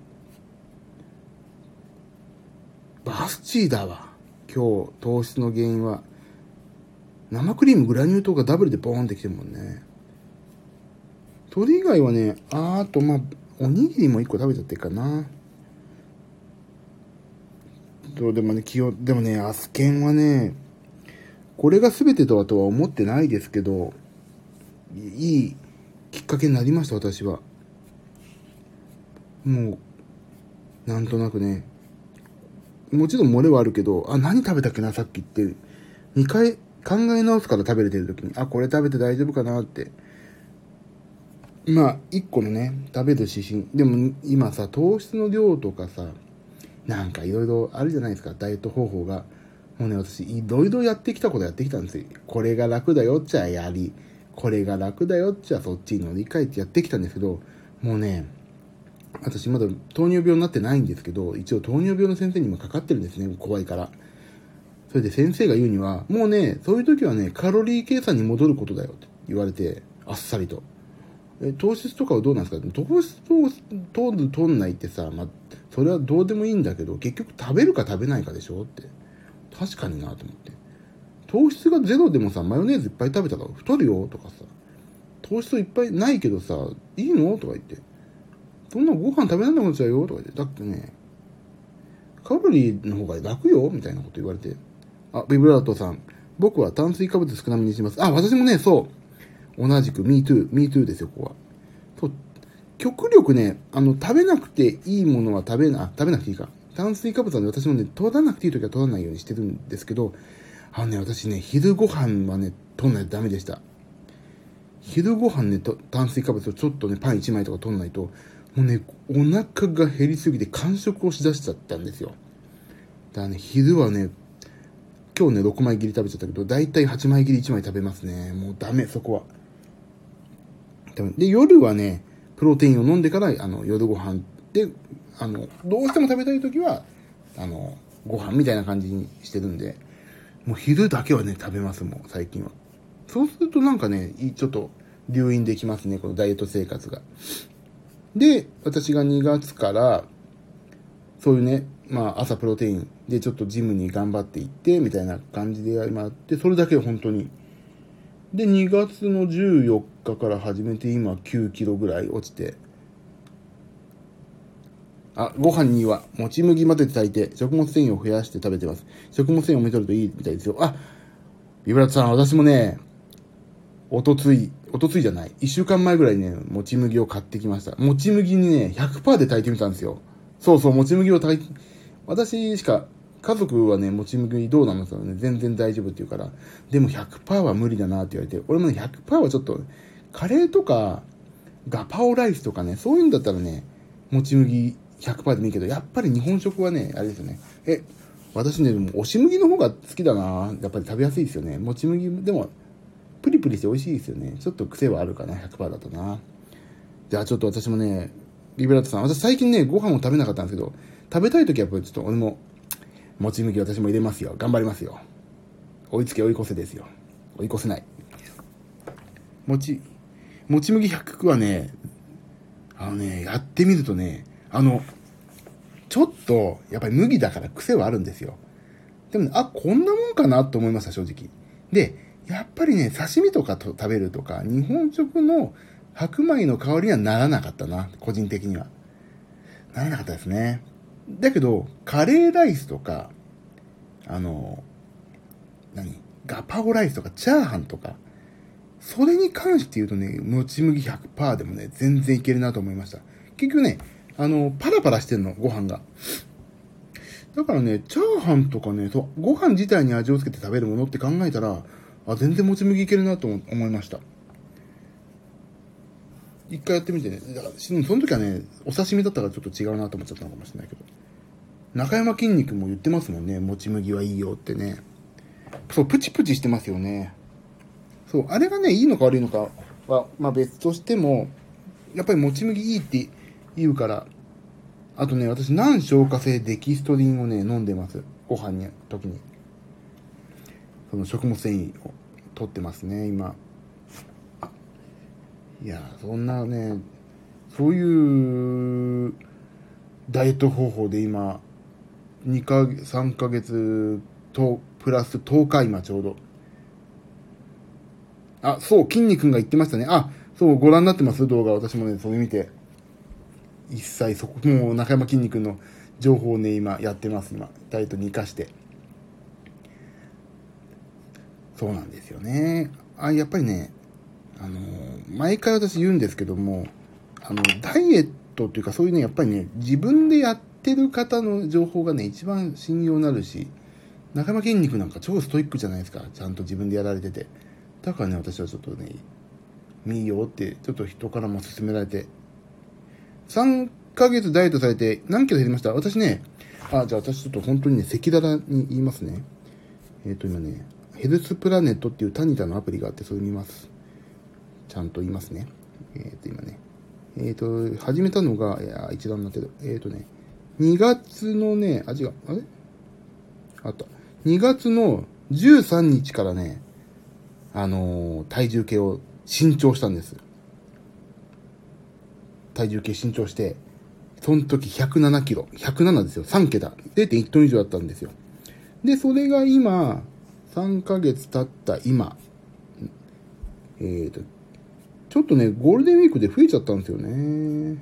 [SPEAKER 1] バスチーだわ。今日、糖質の原因は。生クリーム、グラニュー糖がダブルでボーンってきてるもんね。それ以外はね、あーと、まあ、おにぎりもいっこ食べちゃってるかな。そう、でもね、気を、でもね、アスケンはね、これが全てとはとは思ってないですけど、いいきっかけになりました、私は。もう、なんとなくね、もちろん漏れはあるけど、あ、何食べたっけな、さっきって、にかい考え直すから食べれてる時に、あ、これ食べて大丈夫かなって。まあ、一個のね、食べる指針。でも、今さ、糖質の量とかさ、なんかいろいろあるじゃないですか、ダイエット方法が。もうね、私、いろいろやってきたことやってきたんですよ。これが楽だよっちゃやり、これが楽だよっちゃそっちに乗り換えてやってきたんですけど、もうね、私まだ糖尿病になってないんですけど、一応糖尿病の先生にもかかってるんですね、怖いから。それで先生が言うには、もうね、そういう時はね、カロリー計算に戻ることだよって言われて、あっさりと。え、糖質とかはどうなんですか？糖質を取る取んないってさ、まあ、それはどうでもいいんだけど、結局食べるか食べないかでしょって。確かになと思って。糖質がゼロでもさ、マヨネーズいっぱい食べたら太るよとかさ、糖質いっぱいないけどさ、いいのとか言って。そんなご飯食べられなくなっちゃうよとか言って。だってね、カロリーの方が楽よみたいなこと言われて。あ、ビブラートさん、 僕は炭水化物少なめにします。あ、私もね、そう。同じく、me too、me too ですよ、ここは。そう。極力ね、あの、食べなくていいものは食べな、あ、食べなくていいか。炭水化物はね、私もね、取らなくていい時は取らないようにしてるんですけど、あのね、私ね、昼ご飯はね、取んないとダメでした。昼ご飯ね、と炭水化物をちょっとね、パンいちまいとか取んないと、もうね、お腹が減りすぎて間食をしだしちゃったんですよ。だからね、昼はね、今日ね、ろくまい切り食べちゃったけど、だいたいはちまい切りいちまい食べますね。もうダメ、そこは。で、夜はね、プロテインを飲んでから、あの、夜ご飯で、あの、どうしても食べたいときは、あの、ご飯みたいな感じにしてるんで、もう昼だけはね、食べますもん、最近は。そうするとなんかね、ちょっと、留飲できますね、このダイエット生活が。で、私がにがつから、そういうね、まあ、朝プロテインでちょっとジムに頑張っていって、みたいな感じで今やって、それだけは本当に。で、にがつのじゅうよっかから始めて、今きゅうキロぐらい落ちて、あ、ご飯には、もち麦混ぜて炊いて、食物繊維を増やして食べてます。食物繊維をめとるといいみたいですよ。あ、ビブラットさん、私もね、おとつい、おとついじゃない。いっしゅうかんまえぐらいね、もち麦を買ってきました。もち麦にね、ひゃくパーセント で炊いてみたんですよ。そうそう、もち麦を炊いて、私しか、家族はね、もち麦どうなんですよね。全然大丈夫って言うから。でも ひゃくパーセント は無理だなって言われて、俺もね、ひゃくパーセント はちょっと、カレーとか、ガパオライスとかね、そういうんだったらね、もち麦 ひゃくパーセント でもいいけど、やっぱり日本食はね、あれですよね。え、私ね、でも、押し麦の方が好きだな。やっぱり食べやすいですよね。もち麦、でも、プリプリして美味しいですよね。ちょっと癖はあるかな、ひゃくパーセント だとな。じゃあちょっと私もね、ビブラートさん、私最近ね、ご飯を食べなかったんですけど、食べたいときはやっぱりちょっと俺も、もち麦私も入れますよ。頑張りますよ。追いつけ追い越せですよ。追い越せない。もち、もち麦ひゃくはね、あのね、やってみるとね、あの、ちょっと、やっぱり麦だから癖はあるんですよ。でもね、あ、こんなもんかなと思いました、正直。で、やっぱりね、刺身とかと食べるとか、日本食の白米の香りにはならなかったな、個人的には。ならなかったですね。だけど、カレーライスとか、あの、何ガパオライスとか、チャーハンとか、それに関して言うとね、もち麦 ひゃくパーセント でもね、全然いけるなと思いました。結局ね、あの、パラパラしてんの、ご飯が。だからね、チャーハンとかね、そう、ご飯自体に味をつけて食べるものって考えたら、あ、全然もち麦いけるなと思いました。一回やってみてね。だから、その時はね、お刺身だったからちょっと違うなと思っちゃったのかもしれないけど。中山筋肉も言ってますもんね、もち麦はいいよってね。そう、プチプチしてますよね。そう、あれがね、いいのか悪いのかは、まあ別としても、やっぱりもち麦いいって言うから、あとね、私、難消化性デキストリンをね、飲んでます。ご飯に、時に。その食物繊維を取ってますね、今。いや、そんなね、そういうダイエット方法で今、にかげつ、さんかげつと、プラスとおか今ちょうど。あ、そう、筋肉が言ってましたね。あ、そう、ご覧になってます動画。私もね、それ見て。一切そこ、もう中山筋肉の情報をね、今やってます。今、ダイエットに生かして。そうなんですよね。あ、やっぱりね、あの、毎回私言うんですけども、あの、ダイエットっていうかそういうね、やっぱりね、自分でやってる方の情報がね、一番信用になるし、中山筋肉なんか超ストイックじゃないですか。ちゃんと自分でやられてて。だからね、私はちょっとね、見ようって、ちょっと人からも勧められて、さんかげつダイエットされて何キロ減りました？私ね、あ、じゃあ私ちょっと本当にね、赤裸々に言いますね。えっ、ー、と今ね、ヘルスプラネットっていうタニタのアプリがあって、それ見ます。ちゃんと言いますね。えっ、ー、と今ね、えっ、ー、と、始めたのが、いや、一覧になってる。えっ、ー、とね、にがつのね、あ、違う、あれあった。にがつのじゅうさんにちからね、あのー、体重計を新調したんです。体重計新調して、その時ひゃくななキロ。ひゃくななですよ。さんけた。れいてんいちトン以上だったんですよ。で、それが今、さんかげつ経った今、えーと、ちょっとね、ゴールデンウィークで増えちゃったんですよね。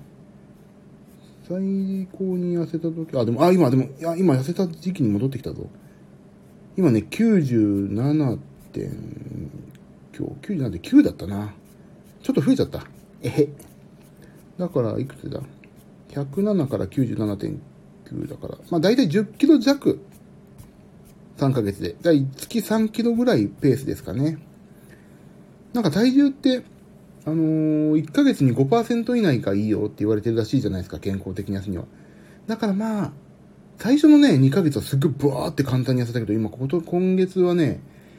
[SPEAKER 1] 最高に痩せた時、あ、でも、あ、今、でも、いや、今痩せた時期に戻ってきたぞ。 今ね、きゅうじゅうななてん、今日きゅうじゅうななてんきゅうだったな。ちょっと増えちゃった。えへ。だから、いくつだ ?ひゃくなな から きゅうじゅうななてんきゅうだから、まあ大体じゅっキロ弱。さんかげつで。だい月さんキロぐらいペースですかね。なんか体重って、あのー、いっかげつに ごパーセント 以内がいいよって言われてるらしいじゃないですか、健康的に痩せには。だからまあ、最初のね、にかげつはすっごいブワーって簡単に痩せたけど、今、こと、今月はね、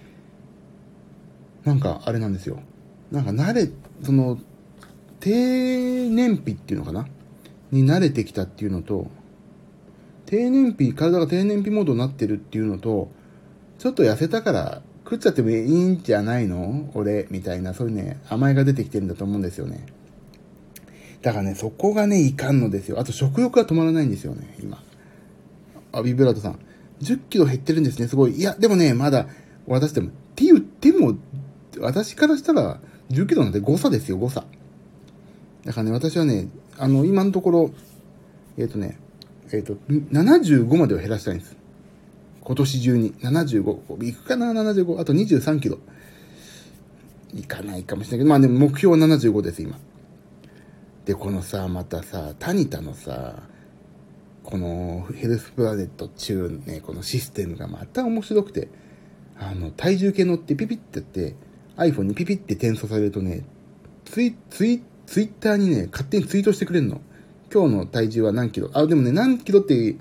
[SPEAKER 1] なんかあれなんですよ。なんか慣れ、その、低燃費っていうのかなに慣れてきたっていうのと、低燃費、体が低燃費モードになってるっていうのと、ちょっと痩せたから食っちゃってもいいんじゃないの俺、みたいな、そういうね、甘えが出てきてるんだと思うんですよね。だからね、そこがね、いかんのですよ。あと食欲が止まらないんですよね、今。あ、ビブラートさん。じゅっキロ減ってるんですね、すごい。いや、でもね、まだ、私でも、って言っても、私からしたら、じゅっキロなんて誤差ですよ、誤差。だからね、私はね、あの、今のところ、えっ、ー、とね、えっ、ー、と、ななじゅうごまでは減らしたいんです。今年中に。ななじゅうご。いくかな ?ななじゅうご。あとにじゅうさんキロ。いかないかもしれないけど、まあでも目標はななじゅうごです、今。で、このさ、またさ、タニタのさ、このヘルスプラネット中ね、このシステムがまた面白くて、あの、体重計乗ってピピってやって、iPhone にピピって転送されるとね、ツイ、ツイ、ツイッターにね、勝手にツイートしてくれるの。今日の体重は何キロ。あ、でもね、何キロっていう、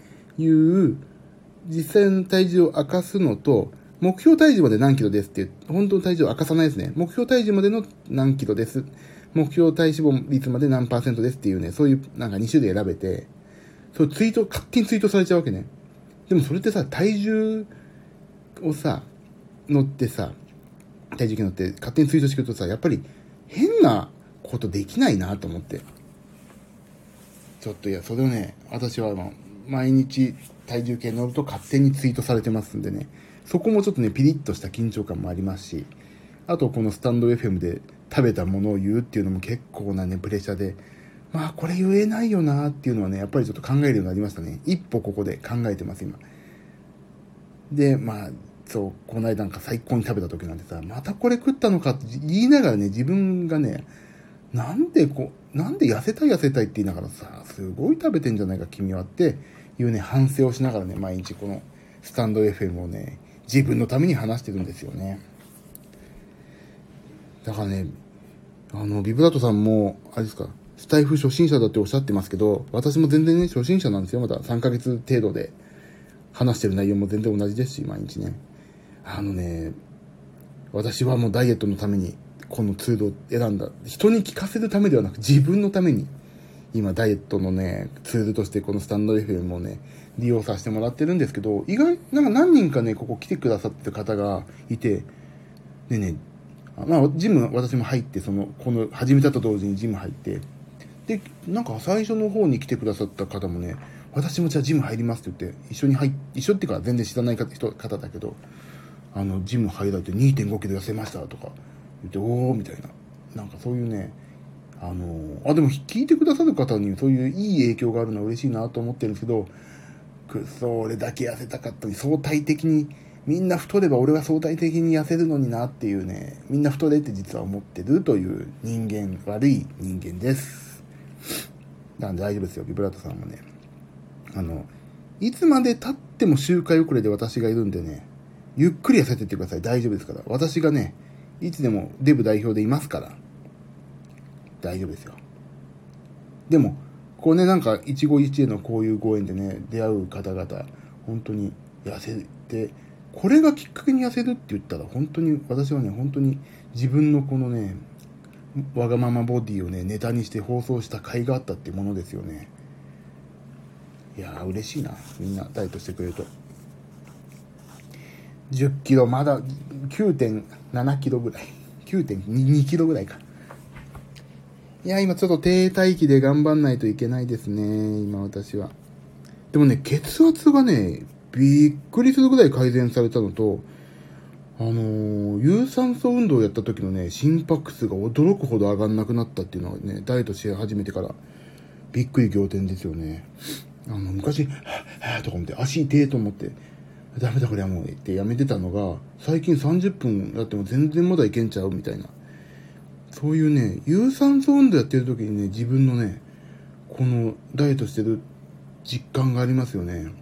[SPEAKER 1] 実際の体重を明かすのと、目標体重まで何キロですっていう、本当の体重を明かさないですね。目標体重までの何キロです。目標体脂肪率まで何パーセントですっていうね、そういうなんかに種類選べて、そうツイート、勝手にツイートされちゃうわけね。でもそれってさ、体重をさ、乗ってさ、体重計乗って勝手にツイートしてくるとさ、やっぱり変なことできないなと思って。ちょっといや、それをね、私はまあ毎日体重計乗ると勝手にツイートされてますんでね、そこもちょっとね、ピリッとした緊張感もありますし、あとこのスタンド エフエム で食べたものを言うっていうのも結構なね、プレッシャーで、まあこれ言えないよなっていうのはね、やっぱりちょっと考えるようになりましたね。一歩ここで考えてます、今。で、まあ、そう、この間なんか最高に食べた時なんてさ、またこれ食ったのかって言いながらね、自分がね、なんでこう、なんで痩せたい痩せたいって言いながらさ、すごい食べてんじゃないか君はっていうね、反省をしながらね、毎日このスタンド エフエム をね、自分のために話してるんですよね。だからね、あの、ビブラートさんも、あれですか、スタイフ初心者だっておっしゃってますけど、私も全然ね、初心者なんですよ。まださんかげつ程度で話してる内容も全然同じですし、毎日ね。あのね、私はもうダイエットのためにこのツールを選んだ。人に聞かせるためではなく自分のために今ダイエットのね、ツールとしてこのスタンド エフエム をね、利用させてもらってるんですけど、意外、なんか何人かね、ここ来てくださってる方がいて、でね、まあ、ジム私も入って、その、この、始めたと同時にジム入って、で、なんか最初の方に来てくださった方もね、私もじゃあジム入りますって言って、一緒に入っ、一緒っていうか全然知らない方方だけど、あの、ジム入られて にてんごキロ痩せましたとか言って、おーみたいな。なんかそういうね、あの、あ、でも聞いてくださる方にそういういい影響があるのは嬉しいなと思ってるんですけど、くっそ、俺だけ痩せたかったのに、相対的に、みんな太れば俺は相対的に痩せるのになっていうね、みんな太れって実は思ってるという人間、悪い人間です。なんで大丈夫ですよ、ビブラートさんもね。あの、いつまで経っても周回遅れで私がいるんでね、ゆっくり痩せてってください。大丈夫ですから。私がね、いつでもデブ代表でいますから。大丈夫ですよ。でも、こうね、なんか、一期一会のこういうご縁でね、出会う方々、本当に痩せて、これがきっかけに痩せるって言ったら、本当に、私はね、本当に自分のこのね、わがままボディをね、ネタにして放送した甲斐があったっていうものですよね。いやー、嬉しいな。みんなダイエットしてくれると。じゅっキロ、まだ きゅうてんななキロぐらい。きゅうてんにキロぐらいか。いや、今ちょっと低体期で頑張んないといけないですね。今私は。でもね、血圧がね、びっくりするぐらい改善されたのと、あのー、有酸素運動をやった時のね、心拍数が驚くほど上がんなくなったっていうのはね、ダイエットし始めてからびっくり仰天ですよね。あの、昔、はぁ、はぁとか思って、足痛えと思って、 ダメだこれはもうってやめてたのが、最近さんじゅっぷんやっても全然まだいけんちゃうみたいな、そういうね、有酸素運動やってる時にね、自分のね、このダイエットしてる実感がありますよね。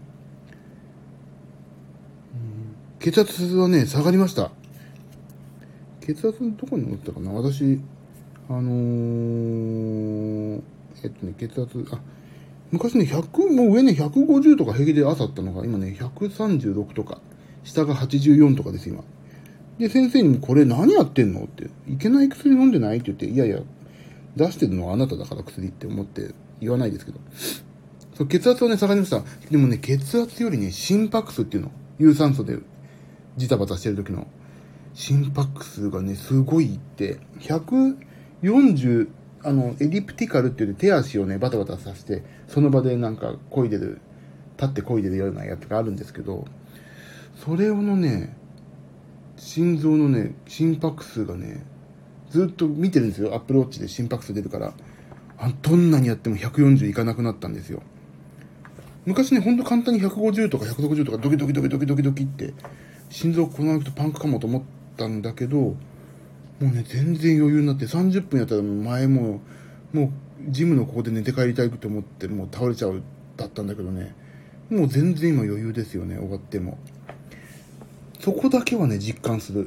[SPEAKER 1] 血圧はね、下がりました。血圧どこに乗ったかな、私、あのー、えっとね、血圧、あ、昔ね、ひゃく、もう上ね、ひゃくごじゅうとか平気で朝あったのが、今ね、ひゃくさんじゅうろくとか、下がはちじゅうよんとかです、今。で、先生にもこれ何やってんのって、いけない薬飲んでないって言って、いやいや、出してるのはあなただから薬って思って言わないですけど。そう、血圧はね、下がりました。でもね、血圧よりね、心拍数っていうの。有酸素でジタバタしてる時の心拍数がね、すごいって、ひゃくよんじゅう、あの、エリプティカルって言って手足をね、バタバタさせて、その場でなんか漕いでる、立って漕いでるようなやつがあるんですけど、それのね、心臓のね、心拍数がね、ずっと見てるんですよ。アップルウォッチで心拍数出るから。あ、どんなにやってもひゃくよんじゅういかなくなったんですよ。昔ね、ほんと簡単にひゃくごじゅうとかひゃくろくじゅうとかドキドキドキドキドキドキって、心臓このままいくとパンクかもと思ったんだけど、もうね、全然余裕になってさんじゅっぷんやったら前もう、もうジムのここで寝て帰りたいと思ってもう倒れちゃうだったんだけどね、もう全然今余裕ですよね、終わっても。そこだけはね、実感する。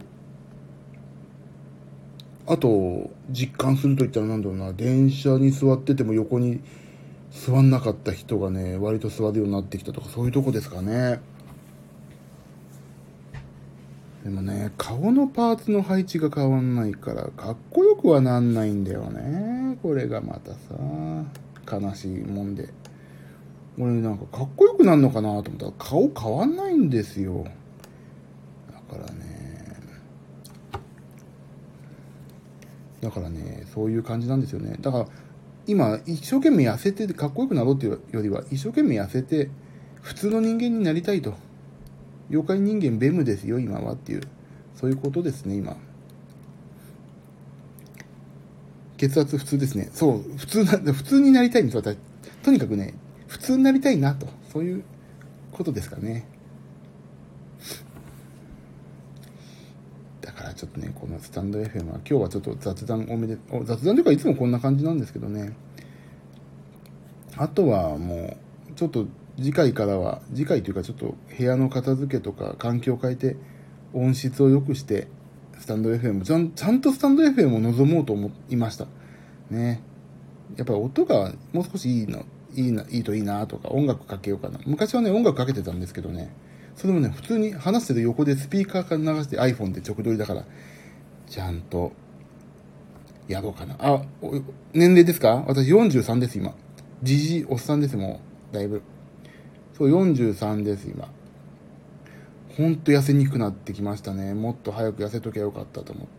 [SPEAKER 1] あと、実感すると言ったらなんだろうな、電車に座ってても横に座んなかった人がね、割と座るようになってきたとか、そういうとこですかね。でもね、顔のパーツの配置が変わんないから、かっこよくはなんないんだよね。これがまたさ、悲しいもんで。俺なんかかっこよくなんのかなと思ったら、顔変わんないんですよ。だからね、だからね、そういう感じなんですよね。だから、今、一生懸命痩せてかっこよくなろうっていうよりは、一生懸命痩せて、普通の人間になりたいと。妖怪人間ベムですよ、今はっていう。そういうことですね、今。血圧普通ですね。そう、普通な、普通になりたいんです、私。とにかくね、普通になりたいなと。そういうことですかね。だからちょっとね、このスタンド エフエム は今日はちょっと雑談多めで、雑談というかいつもこんな感じなんですけどね。あとはもう、ちょっと次回からは、次回というかちょっと部屋の片付けとか環境を変えて音質を良くして、スタンド エフエム、ちゃん、ちゃんとスタンド エフエム を望もうと思いました。ね。やっぱり音がもう少しいいの、いいな、いいといいなとか、音楽かけようかな。昔はね、音楽かけてたんですけどね、それもね、普通に話してる横でスピーカーから流して iPhone で直撮りだから、ちゃんとやろうかな。あ、年齢ですか？私よんじゅうさんです、今。じじい、おっさんです、もう。だいぶ。そう、よんじゅうさんです、今。ほんと痩せにくくなってきましたね。もっと早く痩せときゃよかったと思って。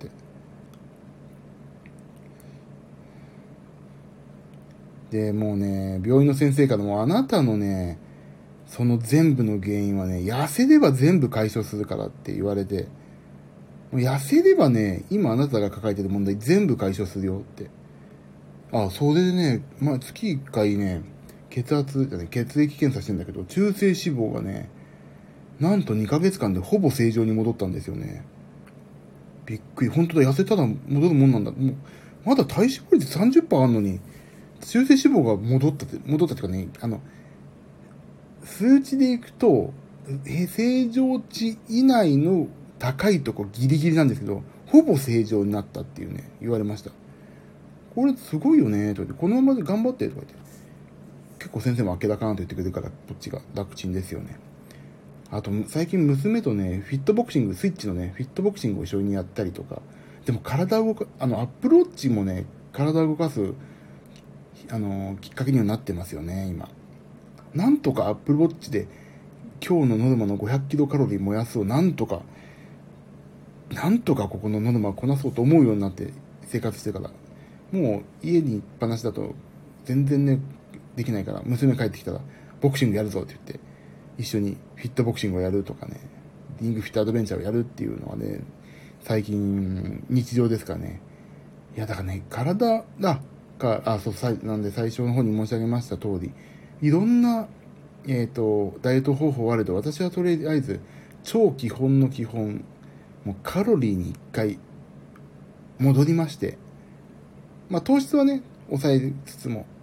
[SPEAKER 1] で、もうね、病院の先生からも、あなたのね、その全部の原因はね、痩せれば全部解消するからって言われて、もう痩せればね、今あなたが抱えてる問題全部解消するよって。あ、それでね、まあ、月いっかいね、血圧じゃね、血液検査してんだけど、中性脂肪がね、なんとにかげつかんでほぼ正常に戻ったんですよね。びっくり。本当だ、痩せたら戻るもんなんだ。もう、まだ体脂肪率 さんじゅっパーセント あるのに、中性脂肪が戻ったって、戻ったっていうかね、あの、数値でいくと、正常値以内の高いとこギリギリなんですけど、ほぼ正常になったっていうね、言われました。これすごいよね、と言って、このままで頑張って、とか言って。結構先生も明らかなと言ってくれるから、こっちが楽ちんですよね。あと、最近娘とね、フィットボクシング、スイッチのね、フィットボクシングを一緒にやったりとか、でも体を動か、あの、アップルウォッチもね、体を動かす、あの、きっかけにはなってますよね、今。なんとかアップルウォッチで、今日のノルマのごひゃくキロカロリー燃やすをなんとか、なんとかここのノルマをこなそうと思うようになって生活してから、もう家にいっぱなしだと全然ね、できないから、娘帰ってきたら、ボクシングやるぞって言って、一緒にフィットボクシングをやるとかね、リングフィットアドベンチャーをやるっていうのはね、最近日常ですからね。いやだからね、体が、か、あ、そう、なんで最初の方に申し上げました通り、いろんなえっと、ダイエット方法あれど、私はとりあえず、超基本の基本、もうカロリーに一回、戻りまして、まあ糖質はね、抑えつつも、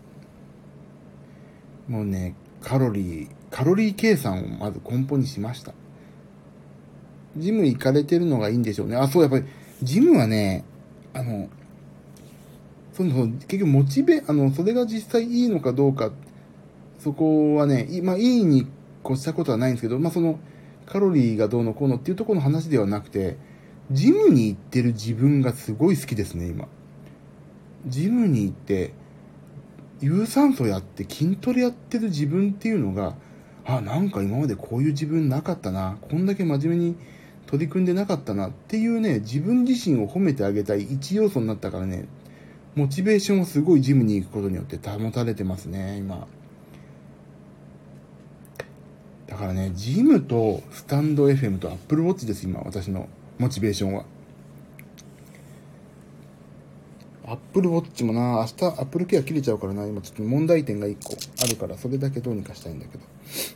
[SPEAKER 1] もうね、カロリー、カロリー計算をまず根本にしました。ジム行かれてるのがいいんでしょうね。あ、そう、やっぱり、ジムはね、あの、その、結局モチベ、あの、それが実際いいのかどうか、そこはね、いまあ、いいに越したことはないんですけど、まあ、その、カロリーがどうのこうのっていうところの話ではなくて、ジムに行ってる自分がすごい好きですね、今。ジムに行って、有酸素やって筋トレやってる自分っていうのが、あ、なんか今までこういう自分なかったな、こんだけ真面目に取り組んでなかったなっていうね、自分自身を褒めてあげたい一要素になったからね、モチベーションをすごいジムに行くことによって保たれてますね、今。だからね、ジムとスタンド エフエム と Apple Watch です、今、私のモチベーションは。Apple Watch もな、明日 Apple Care 切れちゃうからな、今ちょっと問題点がいっこあるから、それだけどうにかしたいんだけど。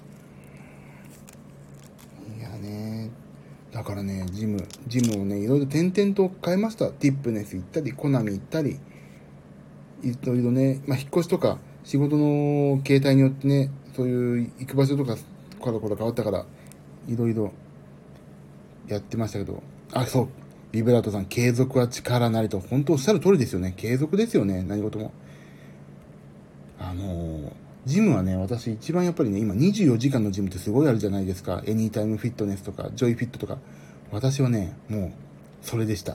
[SPEAKER 1] いやね、だからね、ジム、ジムをね、いろいろ点々と変えました。ティップネス行ったり、コナミ行ったり、いろいろね、まあ、引っ越しとか、仕事の形態によってね、そういう行く場所とか、こらこら変わったから、いろいろやってましたけど、あ、そう、ビブラートさん、継続は力なりと、本当おっしゃる通りですよね。継続ですよね、何事も。あのー、ジムはね、私一番やっぱりね、今にじゅうよじかんのジムってすごいあるじゃないですか。エニータイムフィットネスとか、ジョイフィットとか。私はね、もう、それでした。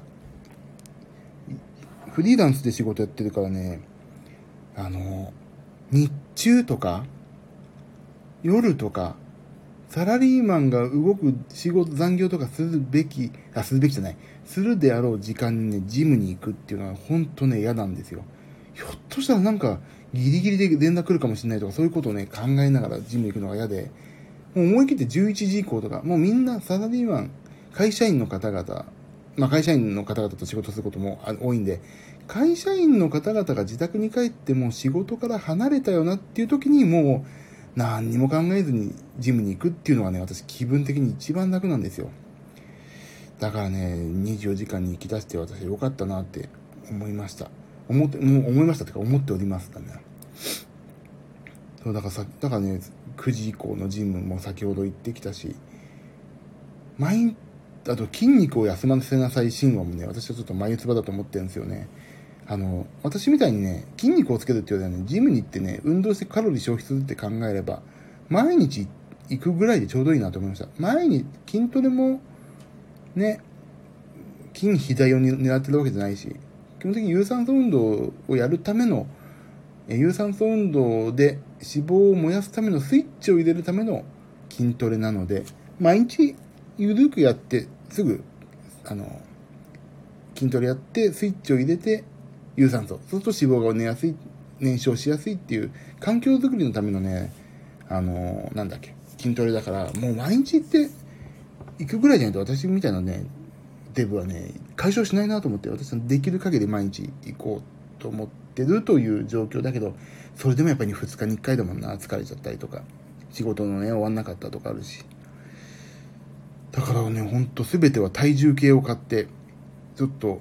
[SPEAKER 1] フリーランスで仕事やってるからね、あのー、日中とか、夜とか、サラリーマンが動く仕事、残業とかするべき、あ、するべきじゃない、するであろう時間にね、ジムに行くっていうのは本当ね、嫌なんですよ。ひょっとしたらなんか、ギリギリで連絡来るかもしれないとか、そういうことをね、考えながらジム行くのが嫌で、もう思い切ってじゅういちじ以降とか、もうみんなサラリーマン、会社員の方々、まあ会社員の方々と仕事することも多いんで、会社員の方々が自宅に帰ってもう仕事から離れたよなっていう時にもう何にも考えずにジムに行くっていうのがね、私気分的に一番楽なんですよ。だからね、にじゅうよじかんに行き出して私良かったなって思いました。思って、もう思いましたってか思っておりますだね。そう、だからさ、だからね、くじ以降のジムも先ほど行ってきたし、毎あと筋肉を休ませなさい神話もね、私はちょっと眉唾だと思ってるんですよね。あの、私みたいにね、筋肉をつけるっていうよりはね、ジムに行ってね、運動してカロリー消費するって考えれば、毎日行くぐらいでちょうどいいなと思いました。前に筋トレも、ね、筋肥大を狙ってるわけじゃないし、基本的に有酸素運動をやるための、有酸素運動で脂肪を燃やすためのスイッチを入れるための筋トレなので、毎日ゆるくやってすぐあの筋トレやってスイッチを入れて有酸素、そうすると脂肪が燃やすい燃焼しやすいっていう環境づくりのためのね、あのなんだっけ、筋トレだから、もう毎日行って行くぐらいじゃないと私みたいなねデブはね解消しないなと思って、私はできる限り毎日行こうと思ってるという状況だけど、それでもやっぱりふつかにいっかいだもんな、疲れちゃったりとか仕事のね終わんなかったとかあるし、だからね、ほんと全ては体重計を買ってちょっと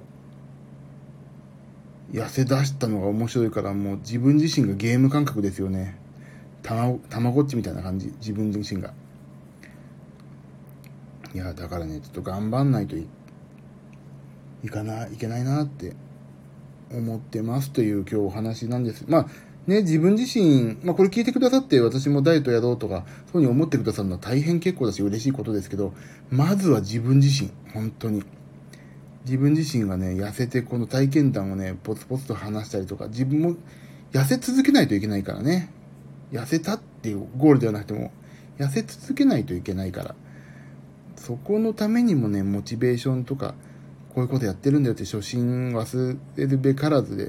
[SPEAKER 1] 痩せ出したのが面白いから、もう自分自身がゲーム感覚ですよね。たまたまごっちみたいな感じ、自分自身が。いやだからね、ちょっと頑張んないといいかないけないなって思ってますという今日お話なんです。まあね、自分自身、まあこれ聞いてくださって私もダイエットやろうとかそういうふうに思ってくださるのは大変結構だし嬉しいことですけど、まずは自分自身、本当に自分自身がね痩せて、この体験談をねポツポツと話したりとか、自分も痩せ続けないといけないからね、痩せたっていうゴールではなくても痩せ続けないといけないから、そこのためにもねモチベーションとか、こういうことやってるんだよって初心忘れるべからずで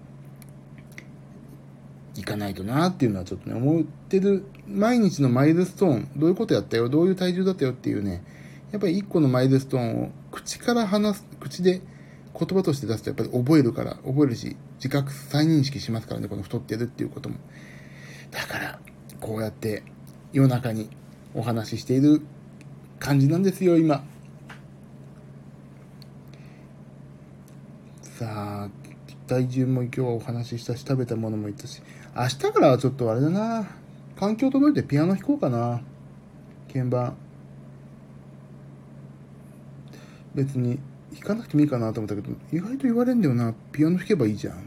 [SPEAKER 1] いかないとなっていうのはちょっとね思ってる。毎日のマイルストーン、どういうことやったよ、どういう体重だったよっていうね、やっぱり一個のマイルストーンを口から話す、口で言葉として出すとやっぱり覚えるから、覚えるし自覚再認識しますからね、この太ってるっていうことも。だからこうやって夜中にお話ししている感じなんですよ今。さあ体重も今日はお話ししたし、食べたものも言ったし、明日からはちょっとあれだな、環境整えてピアノ弾こうかな。鍵盤別に弾かなくてもいいかなと思ったけど、意外と言われるんだよな、ピアノ弾けばいいじゃんって。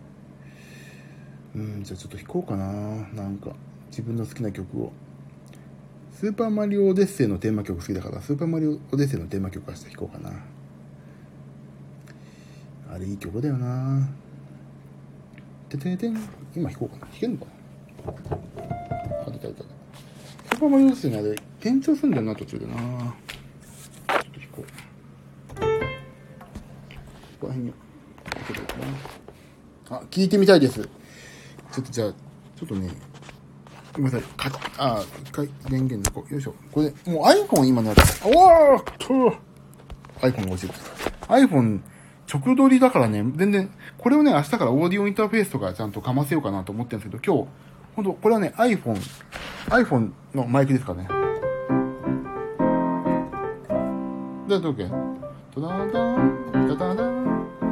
[SPEAKER 1] うん、じゃあちょっと弾こうかな。なんか自分の好きな曲を、スーパーマリオオデッセイのテーマ曲好きだから、スーパーマリオオデッセイのテーマ曲明日弾こうかな。あれいい曲だよな。てててん、今弾こうかな。弾けんのかな。あ、出た出た。スーパーマリオオデッセイのあれ転調するんだよな、途中でな。ちょっと弾こう。ここら辺に開けとこうかな。あ、聞いてみたいです。ちょっとじゃあ、ちょっとね、ごめんなさい。かあ、一回電源抜こう。よいしょ。これ、もう iPhone 今のやつ。おーっと iPhone が落ちる。iPhone 直撮りだからね、全然、これをね、明日からオーディオインターフェースとかちゃんとかませようかなと思ってるんですけど、今日、ほんと、これはね、iPhone、iPhone のマイクですからね。で、どうけドダダン、ダダダン。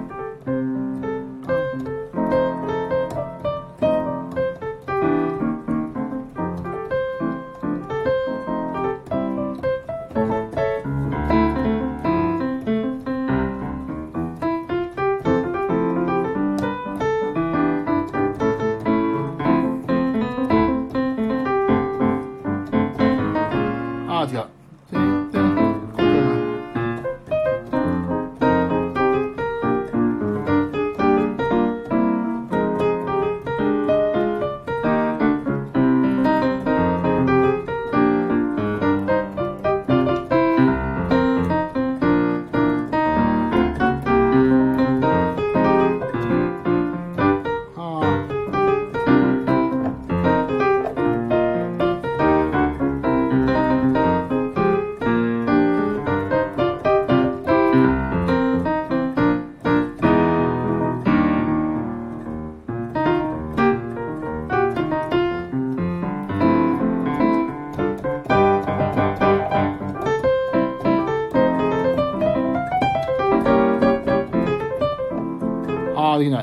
[SPEAKER 1] あー、できない。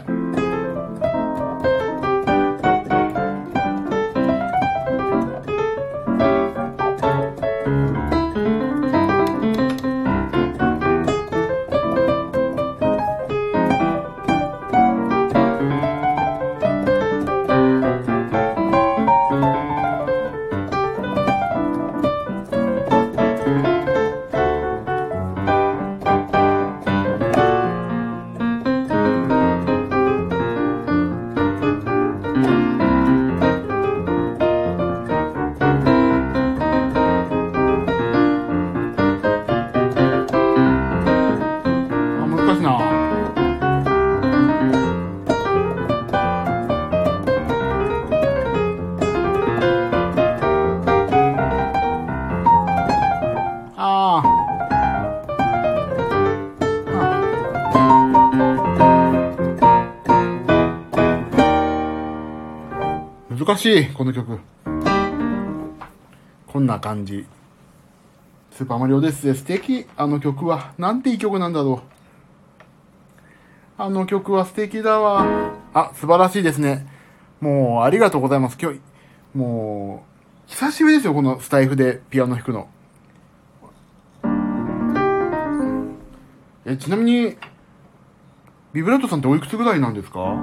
[SPEAKER 1] 難しい、この曲。こんな感じ。スーパーマリオです。素敵。あの曲は。なんていい曲なんだろう。あの曲は素敵だわ。あ、素晴らしいですね。もう、ありがとうございます。今日、もう、久しぶりですよ、このスタイフでピアノ弾くの。え、ちなみに、ビブラートさんっておいくつぐらいなんですか？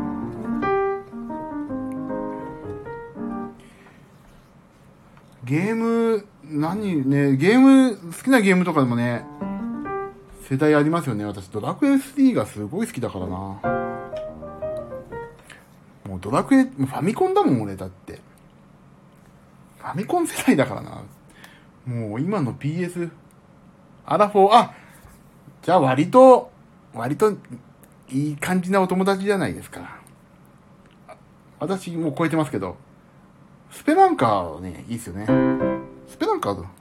[SPEAKER 1] ゲーム、何ね、ゲーム、好きなゲームとかでもね、世代ありますよね。私、ドラクエスリーがすごい好きだからな。もうドラクエ、ファミコンだもん、俺だって。ファミコン世代だからな。もう今の ピーエス、アラフォー、あ、じゃあ割と、割と、いい感じなお友達じゃないですか。私もう超えてますけど、スペランカーね、いいっすよね。スペランカーだ。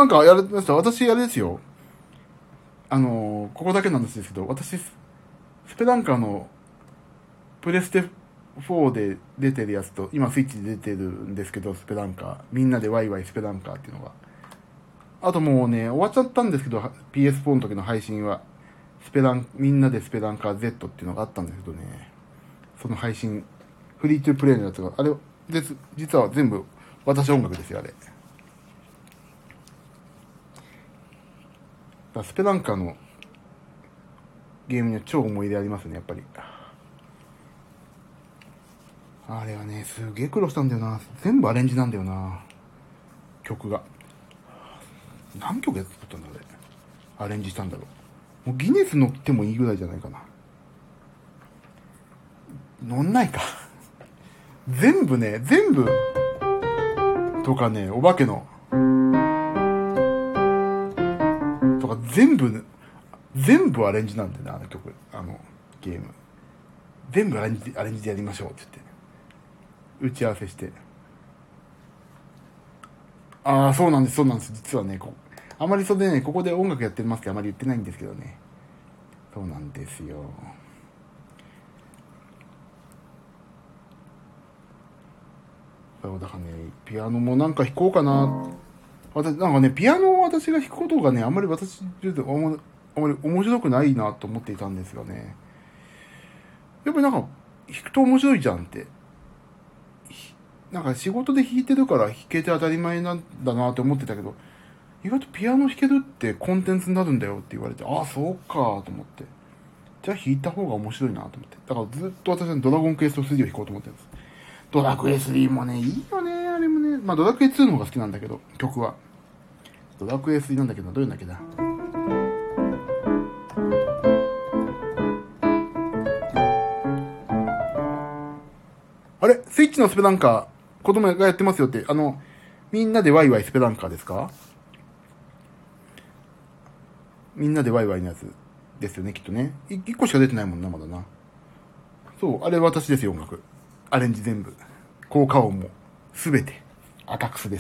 [SPEAKER 1] カやれました。私、あれですよ。あのー、ここだけなんですけど、私、スペランカのプレステフォーで出てるやつと、今スイッチで出てるんですけど、スペランカー。みんなでワイワイスペランカーっていうのが。あともうね、終わっちゃったんですけど、ピーエスフォー の時の配信は、スペラン、みんなでスペランカー Z っていうのがあったんですけどね、その配信、フリートゥープレイのやつが、あれ、で実は全部、私音楽ですよ、あれ。だスペランカーのゲームには超思い入れありますね、やっぱり。あれはね、すげえ苦労したんだよな。全部アレンジなんだよな。曲が。何曲やったんだ、あれ。アレンジしたんだろう。もうギネス乗ってもいいぐらいじゃないかな。乗んないか。全部ね、全部、とかね、お化けの、とか全部、全部アレンジなんだよね、あの曲。あの、ゲーム。全部アレンジ、アレンジでやりましょうって言って。打ち合わせして。ああ、そうなんです、そうなんです。実はね、こあまりそれでね、ここで音楽やってますってあまり言ってないんですけどね。そうなんですよ。そうだからね、ピアノもなんか弾こうかな。私、なんかね、ピアノを私が弾くことがね、あんまり私、あんまり面白くないなと思っていたんですがね。やっぱりなんか、弾くと面白いじゃんって。なんか仕事で弾いてるから弾けて当たり前なんだなって思ってたけど、意外とピアノ弾けるってコンテンツになるんだよって言われて、ああ、そうかと思って。じゃあ弾いた方が面白いなと思って。だからずっと私はドラゴンクエストスリーを弾こうと思ってるんです。ドラクエスリーもね、いいよね、あれもね。まあドラクエツーの方が好きなんだけど、曲は。ドラクエスリーなんだけど、どういうんだっけな。あれスイッチのスペランカー、子供がやってますよって、あの、みんなでワイワイスペランカーですか？みんなでワイワイのやつですよね、きっとね。い一個しか出てないもんな、まだな。そう、あれ私ですよ、音楽。アレンジ全部。効果音も。すべて。アタックスです。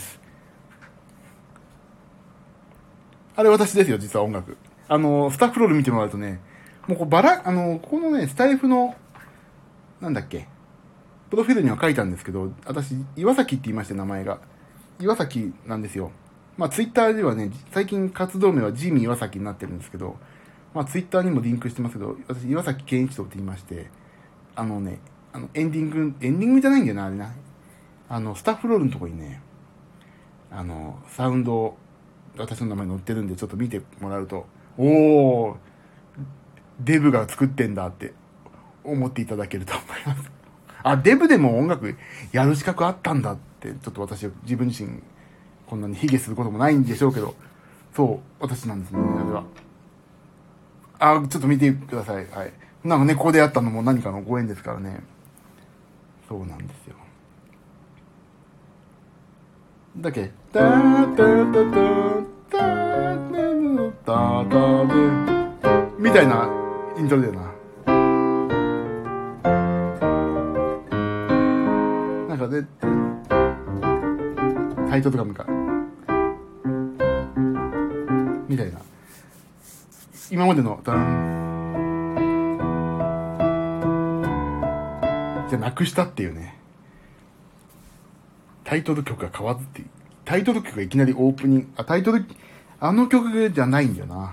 [SPEAKER 1] あれ私ですよ、実は音楽。あの、スタッフロール見てもらうとね、もうこうバラ、あの、ここのね、スタイフの、なんだっけ、プロフィールには書いたんですけど、私、岩崎って言いまして、名前が。岩崎なんですよ。まあ、ツイッターではね、最近活動名はジミー岩崎になってるんですけど、まあ、ツイッターにもリンクしてますけど、私、岩崎健一郎って言いまして、あのね、あの、エンディング、エンディングじゃないんだよな、あれな。あの、スタッフロールのとこにね、あの、サウンド、私の名前載ってるんで、ちょっと見てもらうと、おー、デブが作ってんだって思っていただけると思います。あ、デブでも音楽やる資格あったんだって、ちょっと私、自分自身、こんなに卑下することもないんでしょうけど、そう、私なんですね、あれは。あ、ちょっと見てください。はい。なんかね、ここでやったのも何かのご縁ですからね。そうなんですよ。だっけターターターターターターターみたいなイントロだよな。なんかで、タイトルガムか。みたいな。今までのターンじゃなくしたっていうね。タイトル曲が変わってタイトル曲がいきなりオープニング、あ、タイトル、あの曲じゃないんだよな。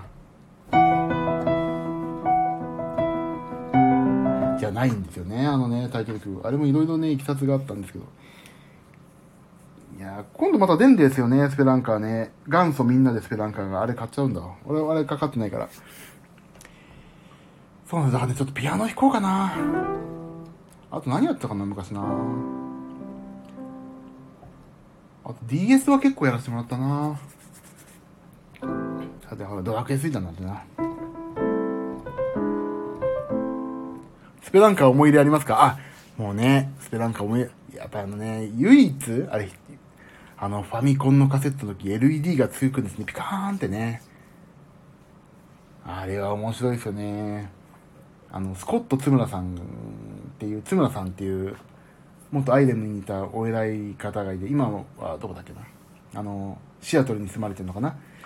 [SPEAKER 1] じゃないんですよね、あのね、タイトル曲。あれもいろいろね、いきさつがあったんですけど。いやー、今度また出んですよね、スペランカーね。元祖みんなでスペランカーがあれ買っちゃうんだ。俺はあれかかってないから。そうなんだ、だからね、ちょっとピアノ弾こうかな。あと何やったかな、昔な。あと ディーエス は結構やらせてもらったな。さて、ほら、ドラクエスリーなんてな。スペランカー思い入れありますか？あ、もうね、スペランカー思い入れ、やっぱあのね、唯一、あれ、あの、ファミコンのカセットの時 エルイーディー がつくんですね、ピカーンってね。あれは面白いですよね。あの、スコット津村さんっていう、津村さんっていう、元アイレムにいたお偉い方がいて、今はどこだっけな。あの、シアトルに住まれてるのかな。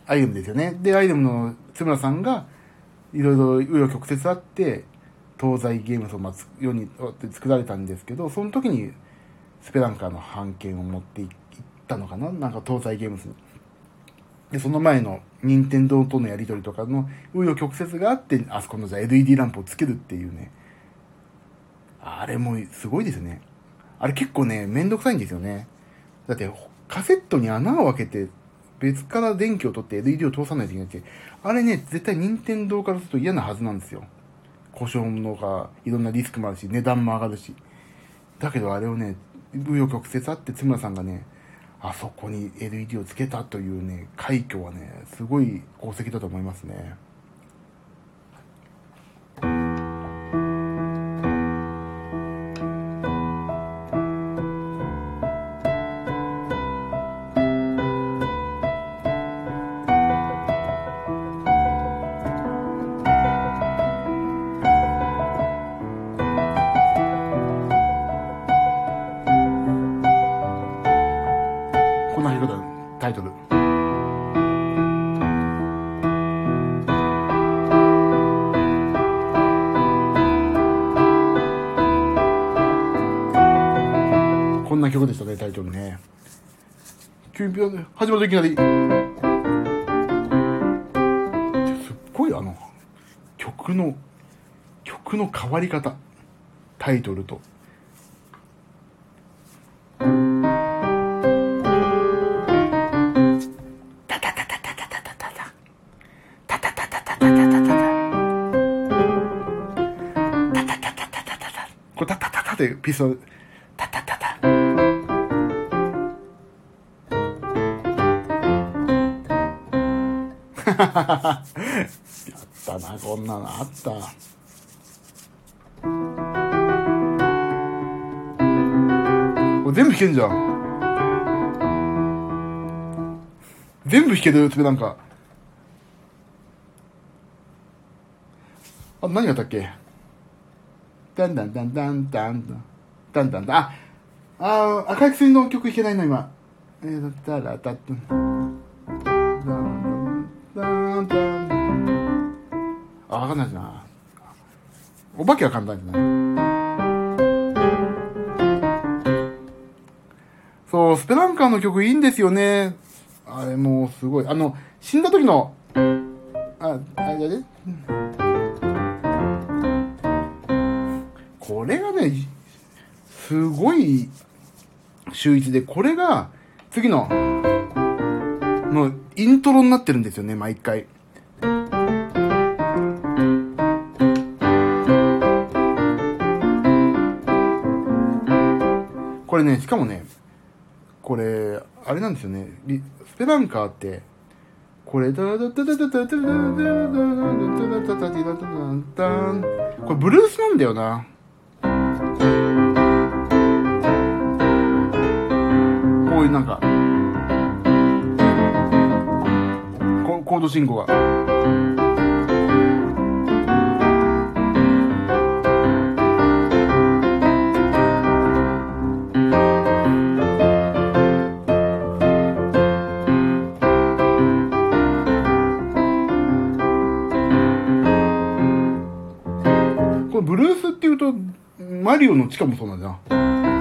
[SPEAKER 1] アイデムですよね。で、アイデムの津村さんが、いろいろ紆余曲折あって、東西ゲームズをまあ世に作られたんですけど、その時にスペランカーの版権を持っていったのかな、なんか東西ゲームズに。で、その前の任天堂とのやりとりとかの紆余曲折があって、あそこのじゃあ エルイーディー ランプをつけるっていうね。あれもすごいですね。あれ結構ね、めんどくさいんですよね。だって、カセットに穴を開けて、別から電気を取って エルイーディー を通さないといけないって、あれね、絶対任天堂からすると嫌なはずなんですよ。故障のが、いろんなリスクもあるし、値段も上がるし。だけどあれをね、紆余曲折あって津村さんがね、あそこに エルイーディー をつけたというね、快挙はね、すごい功績だと思いますね。こんなタイトル。こんな曲でしたね、タイトルね。きゅうびょうで始まるといきなり。すっごいあの、曲の、曲の変わり方。タイトルと。これタタタタってピストルタタタタ。やったな、こんなのあった。これ全部弾けんじゃん。全部弾ける。それなんか。あ、何があったっけ。ダンダンダンダンダンダンダンダン。あ、あー、赤い薬の曲弾けないの今。えー、だったらだったダンダンダン。あ、わかんないな。お化けは簡単ですね。そう、スペランカーの曲いいんですよね。あれもうすごい。あの、死んだ時の、あ、あれね。これがね、すごい秀逸で、これが次の、のイントロになってるんですよね、毎回。これね、しかもね、これ、あれなんですよね、スペランカーって、これ、これブルースなんだよな。こういうなんか、コード進行が。これブルースっていうと、マリオの地下もそうなんだな。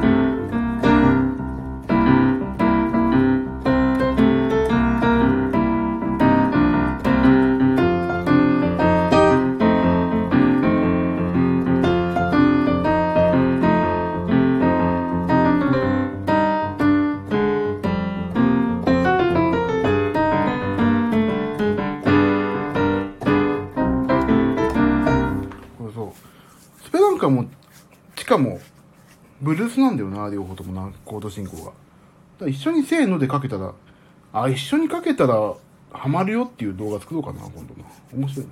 [SPEAKER 1] も地下もブルースなんだよな、両方ともな、コード進行が。だから一緒にせーのでかけたら、あ、一緒にかけたらハマるよっていう動画作ろうかな、今度な。面白い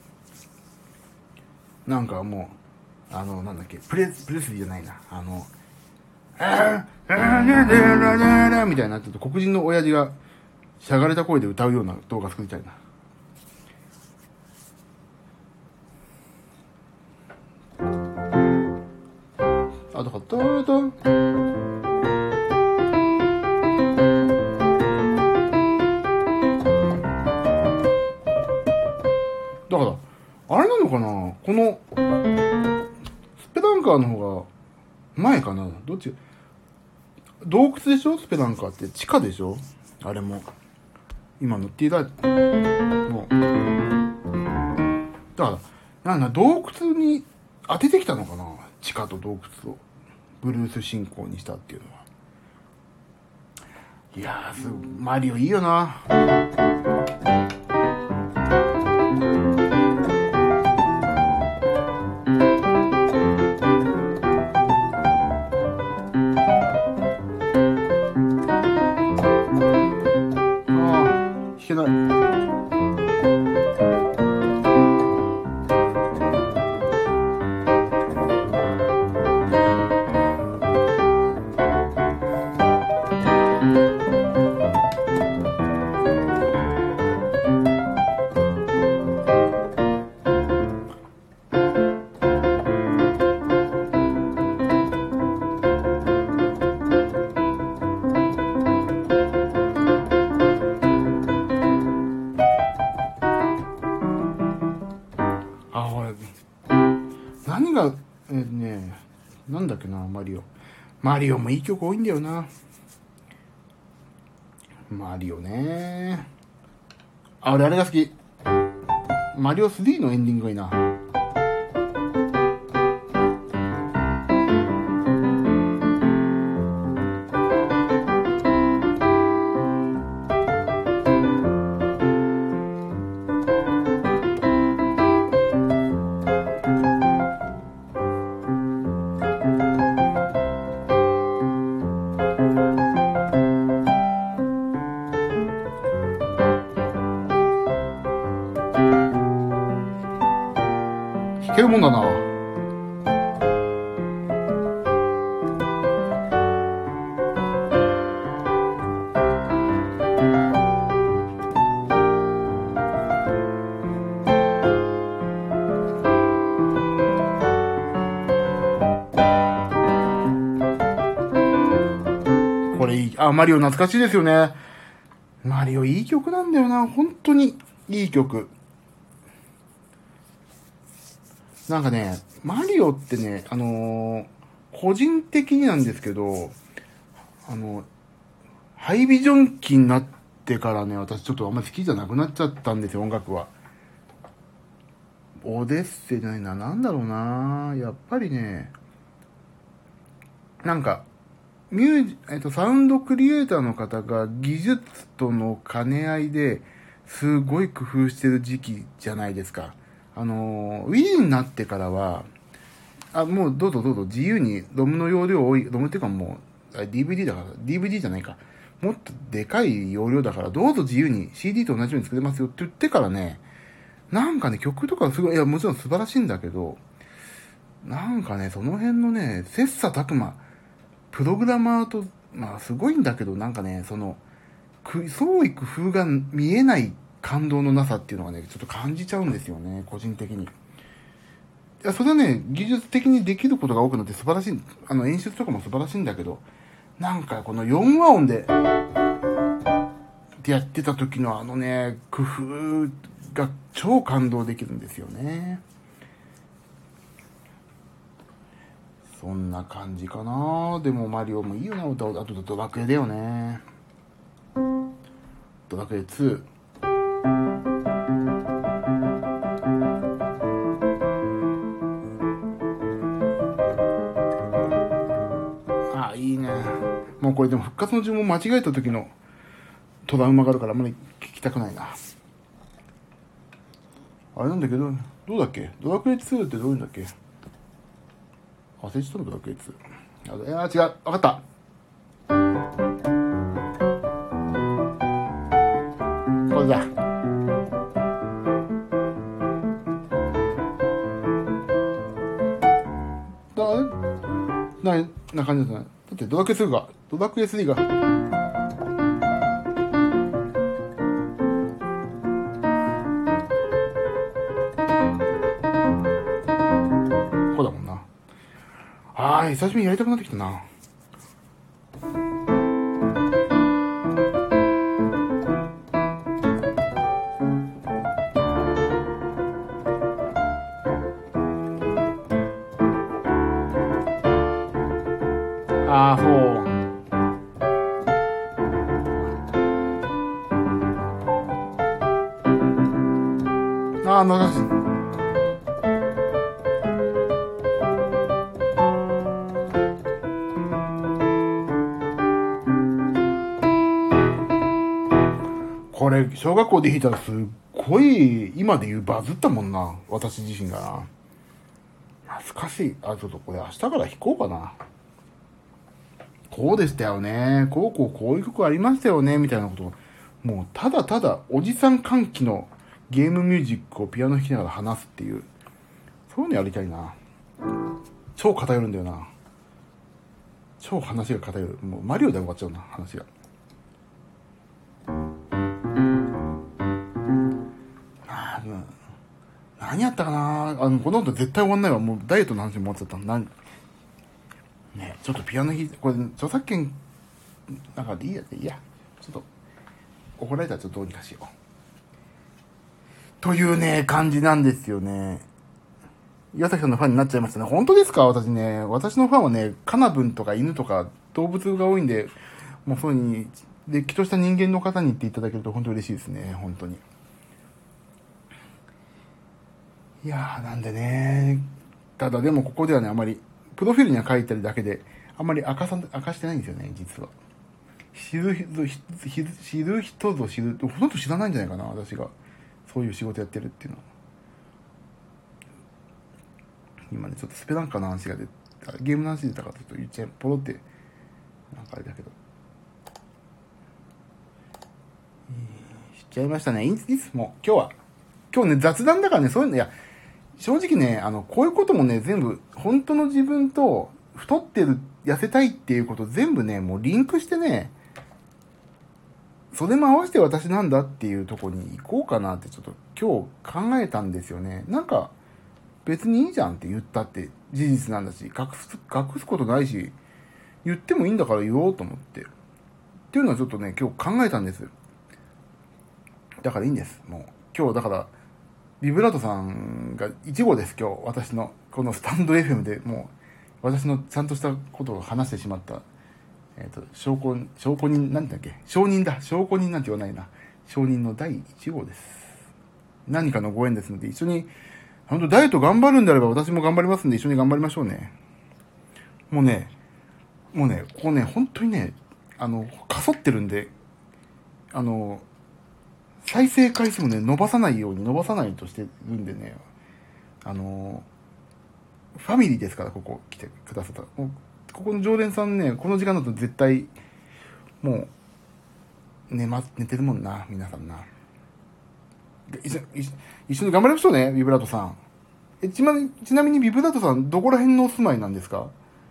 [SPEAKER 1] な。なんかもう、あの、なんだっけ、プレス、プレスリーじゃないな。あの、あー、あー、ねーねーねーねーみたいになってると、黒人の親父がしゃがれた声で歌うような動画作りたいな。あ、だから、ドードン。 だからあれなのかな、このスペランカーの方が前かな、どっち。洞窟でしょ、スペランカーって地下でしょ、あれも今のティーライもうだからなんだ、洞窟に当ててきたのかな、地下と洞窟をブルース進行にしたっていうのは。いやー、すマリオいいよな。弾けない。あ、ほら、何が、えー、ね、なんだっけな、マリオ。マリオもいい曲多いんだよな。マリオね。あ、俺あれが好き。マリオスリーのエンディングがいいな。弾けるもんだな。これいい。あ、マリオ懐かしいですよね。マリオいい曲なんだよな。本当にいい曲。なんかね、マリオってね、あのー、個人的になんですけど、あの、ハイビジョン機になってからね、私ちょっとあんまり好きじゃなくなっちゃったんですよ、音楽は。オデッセイじゃないな、なんだろうな、やっぱりね、なんか、ミュージ、えっと、サウンドクリエイターの方が技術との兼ね合いですごい工夫してる時期じゃないですか。あの、Wii になってからは、あ、もうどうぞどうぞ自由にロムの容量多い、ロムっていうかもう、ディーブイディー だから、ディーブイディー じゃないか。もっとでかい容量だから、どうぞ自由に シーディー と同じように作れますよって言ってからね、なんかね、曲とかすごい、いや、もちろん素晴らしいんだけど、なんかね、その辺のね、切磋琢磨、プログラマーと、まあすごいんだけど、なんかね、その、創意工夫が見えない感動のなさっていうのがね、ちょっと感じちゃうんですよね、個人的に。いや、それはね、技術的にできることが多くなって素晴らしい、あの演出とかも素晴らしいんだけど、なんかこのよん和音で、ってやってた時のあのね、工夫が超感動できるんですよね。そんな感じかな。でもマリオもいいよな、歌う。あとドラクエだよね。ドラクエツー。あ、いいね。もうこれでも復活の順も間違えた時のトラウマがあるからあんまり聞きたくないな。あれなんだけど、どうだっけ、ドラクエツーってどういうんだっけ。忘れちゃったの、ドラクエツー。あ、いや違う、分かった。これだ。だ、な、な感じだったね。だってドラクエスリーが、ドラクエスリーが、こうだもんな。あー、久しぶりにやりたくなってきたな。 ああ、そう。ああ、懐かしい。これ、小学校で弾いたらすっごい、今で言うバズったもんな。私自身がな。懐かしい。あ、ちょっとこれ明日から弾こうかな。こうでしたよね。こうこうこういう曲ありましたよね。みたいなことを。もう、ただただ、おじさん歓喜のゲームミュージックをピアノ弾きながら話すっていう。そういうのやりたいな。超偏るんだよな。超話が偏る。もう、マリオで終わっちゃうな、話が。何やったかなあの、この後絶対終わんないわ。もうダイエットの話も終わっちゃった。なんねちょっとピアノ弾いて、これ、著作権、なんかでいいやでいいや。ちょっと、怒られたらちょっとどうにかしよう。というね、感じなんですよね。岩崎さんのファンになっちゃいましたね。本当ですか？私ね、私のファンはね、カナブンとか犬とか動物が多いんで、もうそういうに、れっきとした人間の方に言っていただけると本当に嬉しいですね。本当に。いやー、なんでね、ただでもここではね、あまり、プロフィールには書いてるだけで、あんまり明かさ、明かしてないんですよね、実は。知る人、知る人ぞ知る、ほとんど知らないんじゃないかな、私が。そういう仕事やってるっていうのは。今ね、ちょっとスペランカの話が出た、ゲームの話出たからちょっと言っちゃう、ポロって、なんかあれだけど。知っちゃいましたね。いつ、いつも、今日は。今日ね、雑談だからね、そういうの、いや、正直ね、あの、こういうこともね、全部、本当の自分と、太ってる、痩せたいっていうこと全部ね、もうリンクしてね、それも合わせて私なんだっていうところに行こうかなってちょっと今日考えたんですよね。なんか、別にいいじゃんって言ったって事実なんだし、隠す、隠すことないし、言ってもいいんだから言おうと思って。っていうのはちょっとね、今日考えたんです。だからいいんです。もう、今日だから、ビブラートさんがいち号です、今日。私の、このスタンド エフエム でもう、私のちゃんとしたことを話してしまった、えっ、ー、と、証拠、証拠人、なんだっけ、証人だ。証拠人なんて言わないな。証人のだいいち号です。何かのご縁ですので、一緒に、本当ダイエット頑張るんであれば私も頑張りますんで、一緒に頑張りましょうね。もうね、もうね、ここね、本当にね、あの、かそってるんで、あの、再生回数もね、伸ばさないように伸ばさないとしてるんでね、あの、ファミリーですから、ここ来てくださった。もうここの常連さんね、この時間だと絶対、もう、寝ま、寝てるもんな、皆さんな。一緒一緒に頑張りましょうね、ビブラートさん。え、ちなみに、ちなみにビブラートさん、どこら辺のお住まいなんですか？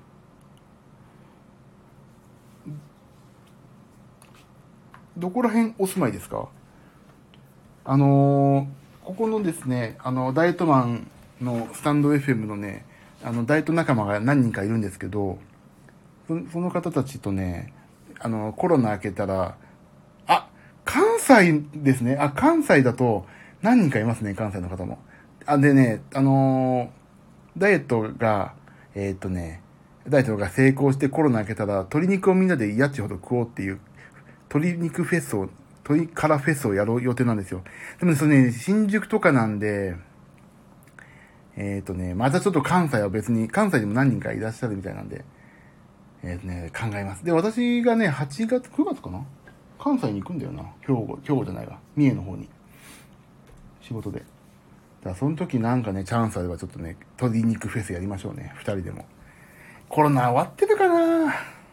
[SPEAKER 1] どこら辺お住まいですか？あのー、ここのですね、あの、ダイエットマンのスタンド エフエム のね、あの、ダイエット仲間が何人かいるんですけど、そその方たちとね、あの、コロナ明けたら、あ、関西ですね。あ、関西だと何人かいますね、関西の方も。あ、でね、あのー、ダイエットが、えーっとね、ダイエットが成功してコロナ明けたら、鶏肉をみんなでやっちほど食おうっていう、鶏肉フェスを、鶏からフェスをやろう予定なんですよ。でもね、それね、新宿とかなんで、えーっとね、またちょっと関西は別に、関西にも何人かいらっしゃるみたいなんで、えーっとね、考えます。で、私がね、はちがつ、くがつかな関西に行くんだよな。兵庫、兵庫じゃないわ。三重の方に。仕事で。だからその時なんかね、チャンスあればちょっとね、鶏肉フェスやりましょうね。二人でも。コロナ終わってるかな？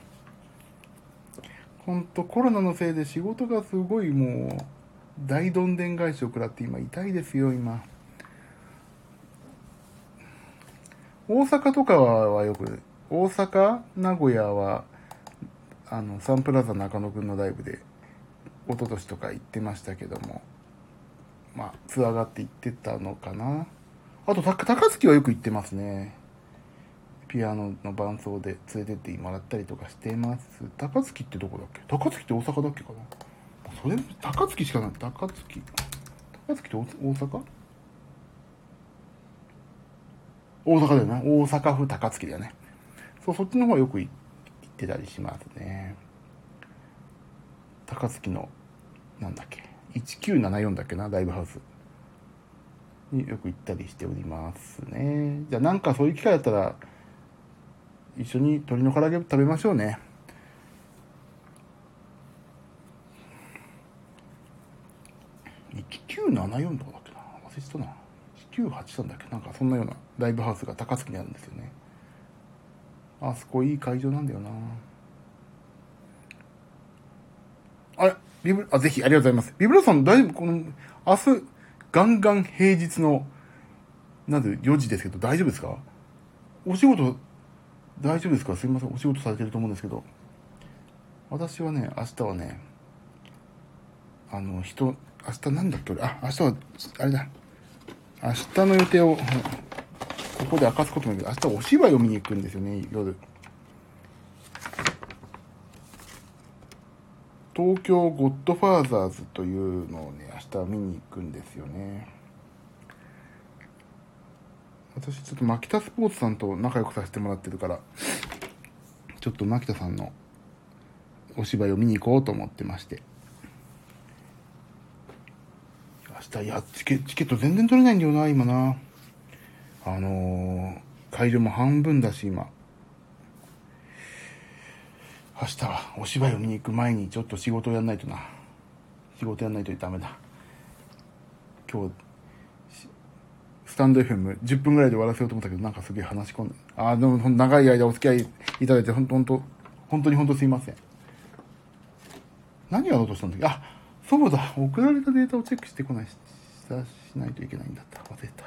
[SPEAKER 1] ほんとコロナのせいで仕事がすごいもう、大どんでん返しを食らって今痛いですよ、今。大阪とかはよく、大阪、名古屋は、あの、サンプラザ中野くんのライブで、一昨年とか行ってましたけども、まあ、ツアーがあって行ってたのかな。あと、高槻はよく行ってますね。ピアノの伴奏で連れてってもらったりとかしてます。高槻ってどこだっけ？高槻って大阪だっけかな？それ、高槻しかない。高槻。高槻って大阪？大阪だよね。大阪府高槻だよね。そう、そっちの方はよく行っってたりしますね。高槻のなんだっけいちきゅうななよんだっけな、ライブハウスによく行ったりしておりますね。じゃあなんかそういう機会だったら一緒に鶏の唐揚げ食べましょうね。いちきゅうななよんとかだっけな、忘れてたな。いちきゅうはちさんだっけ、なんかそんなようなライブハウスが高槻にあるんですよね。あそこいい会場なんだよな。あれビブあぜひありがとうございます。ビブラさん大丈夫、この明日ガンガン平日のなぜよじですけど大丈夫ですか？お仕事大丈夫ですか？すみません、お仕事されてると思うんですけど、私はね明日はねあの人明日なんだっけ俺あ明日はあれだ明日の予定をここで明かすこともいいけど、明日お芝居を見に行くんですよね、夜。東京ゴッドファーザーズというのをね明日見に行くんですよね。私ちょっと牧田スポーツさんと仲良くさせてもらってるから、ちょっと牧田さんのお芝居を見に行こうと思ってまして、明日いやチケ、チケット全然取れないんだよな今な。あのー、会場も半分だし今。明日はお芝居を見に行く前にちょっと仕事をやんないとな。仕事やんないとダメだ。今日スタンド エフエムじゅっぷんぐらいで終わらせようと思ったけど、なんかすげえ話し込んで、ああでも長い間お付き合いいただいて本当本当本当に本当すいません。何やろうとしたんだっけ。あ、そうだ、送られたデータをチェックしてこないししないといけないんだった。忘れた。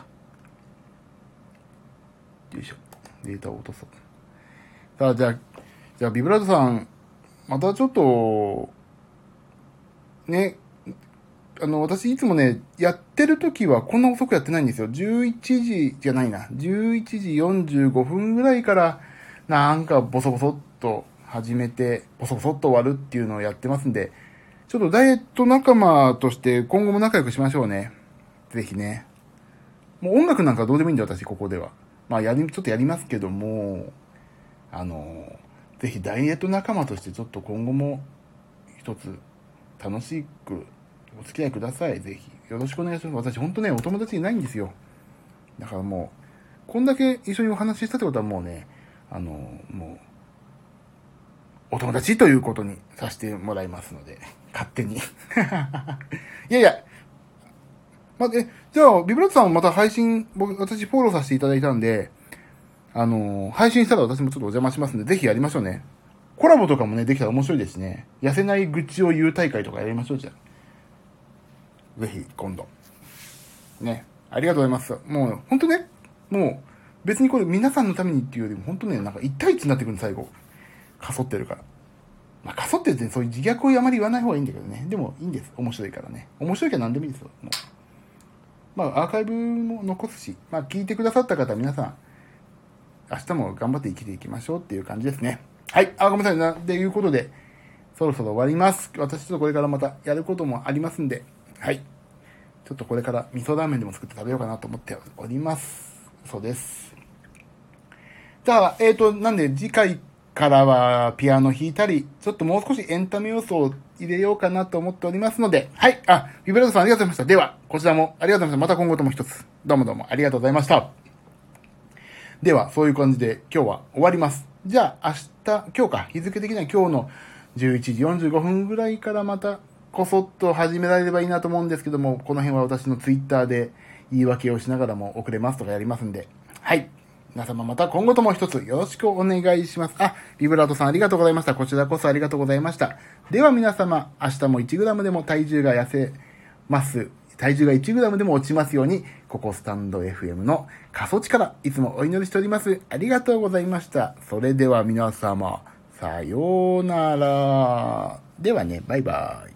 [SPEAKER 1] よいしょ、データを落とそう。さあじゃあじゃあビブラートさんまたちょっとね、あの私いつもねやってる時はこんな遅くやってないんですよ。じゅういちじじゃないな、じゅういちじよんじゅうごふんぐらいからなんかボソボソっと始めてボソボソっと終わるっていうのをやってますんで、ちょっとダイエット仲間として今後も仲良くしましょうね。ぜひね。もう音楽なんかどうでもいいんで私ここではまあやりちょっとやりますけども、あのぜひダイエット仲間としてちょっと今後も一つ楽しくお付き合いください。ぜひよろしくお願いします。私本当ねお友達いないんですよ。だからもうこんだけ一緒にお話ししたってことはもうね、あのもうお友達ということにさせてもらいますので、勝手にいやいや、まえじゃあビブラットさんまた配信僕私フォローさせていただいたんで、あのー、配信したら私もちょっとお邪魔しますんで、ぜひやりましょうね。コラボとかもね、できたら面白いですね。痩せない愚痴を言う大会とかやりましょう、じゃあ。ぜひ、今度。ね。ありがとうございます。もう、ほんとね、もう、別にこれ皆さんのためにっていうよりも、ほんとね、なんか一対一になってくる最後。かそってるから。まあ、かそってるって、ね、そういう自虐をあまり言わない方がいいんだけどね。でも、いいんです。面白いからね。面白いから何でもいいですよ。もうまあ、アーカイブも残すし、まあ、聞いてくださった方、皆さん、明日も頑張って生きていきましょうっていう感じですね。はい。あ、ごめんなさいな。ということで、そろそろ終わります。私ちょっとこれからまたやることもありますんで、はい。ちょっとこれから味噌ラーメンでも作って食べようかなと思っております。そうです。じゃあ、えっと、なんで次回からはピアノ弾いたり、ちょっともう少しエンタメ要素を入れようかなと思っておりますので、はい。あ、ビブラートさんありがとうございました。では、こちらもありがとうございました。また今後とも一つ。どうもどうもありがとうございました。では、そういう感じで今日は終わります。じゃあ、明日、今日か、日付的には今日のじゅういちじよんじゅうごふんぐらいからまた、こそっと始められればいいなと思うんですけども、この辺は私のツイッターで言い訳をしながらも遅れますとかやりますんで、はい。皆様また今後とも一つよろしくお願いします。あ、ビブラートさんありがとうございました。こちらこそありがとうございました。では皆様、明日も いちグラム でも体重が痩せます。体重が いちグラム でも落ちますように、ここスタンド エフエム の過疎地からいつもお祈りしております。ありがとうございました。それでは皆様、さようなら。ではね、バイバイ。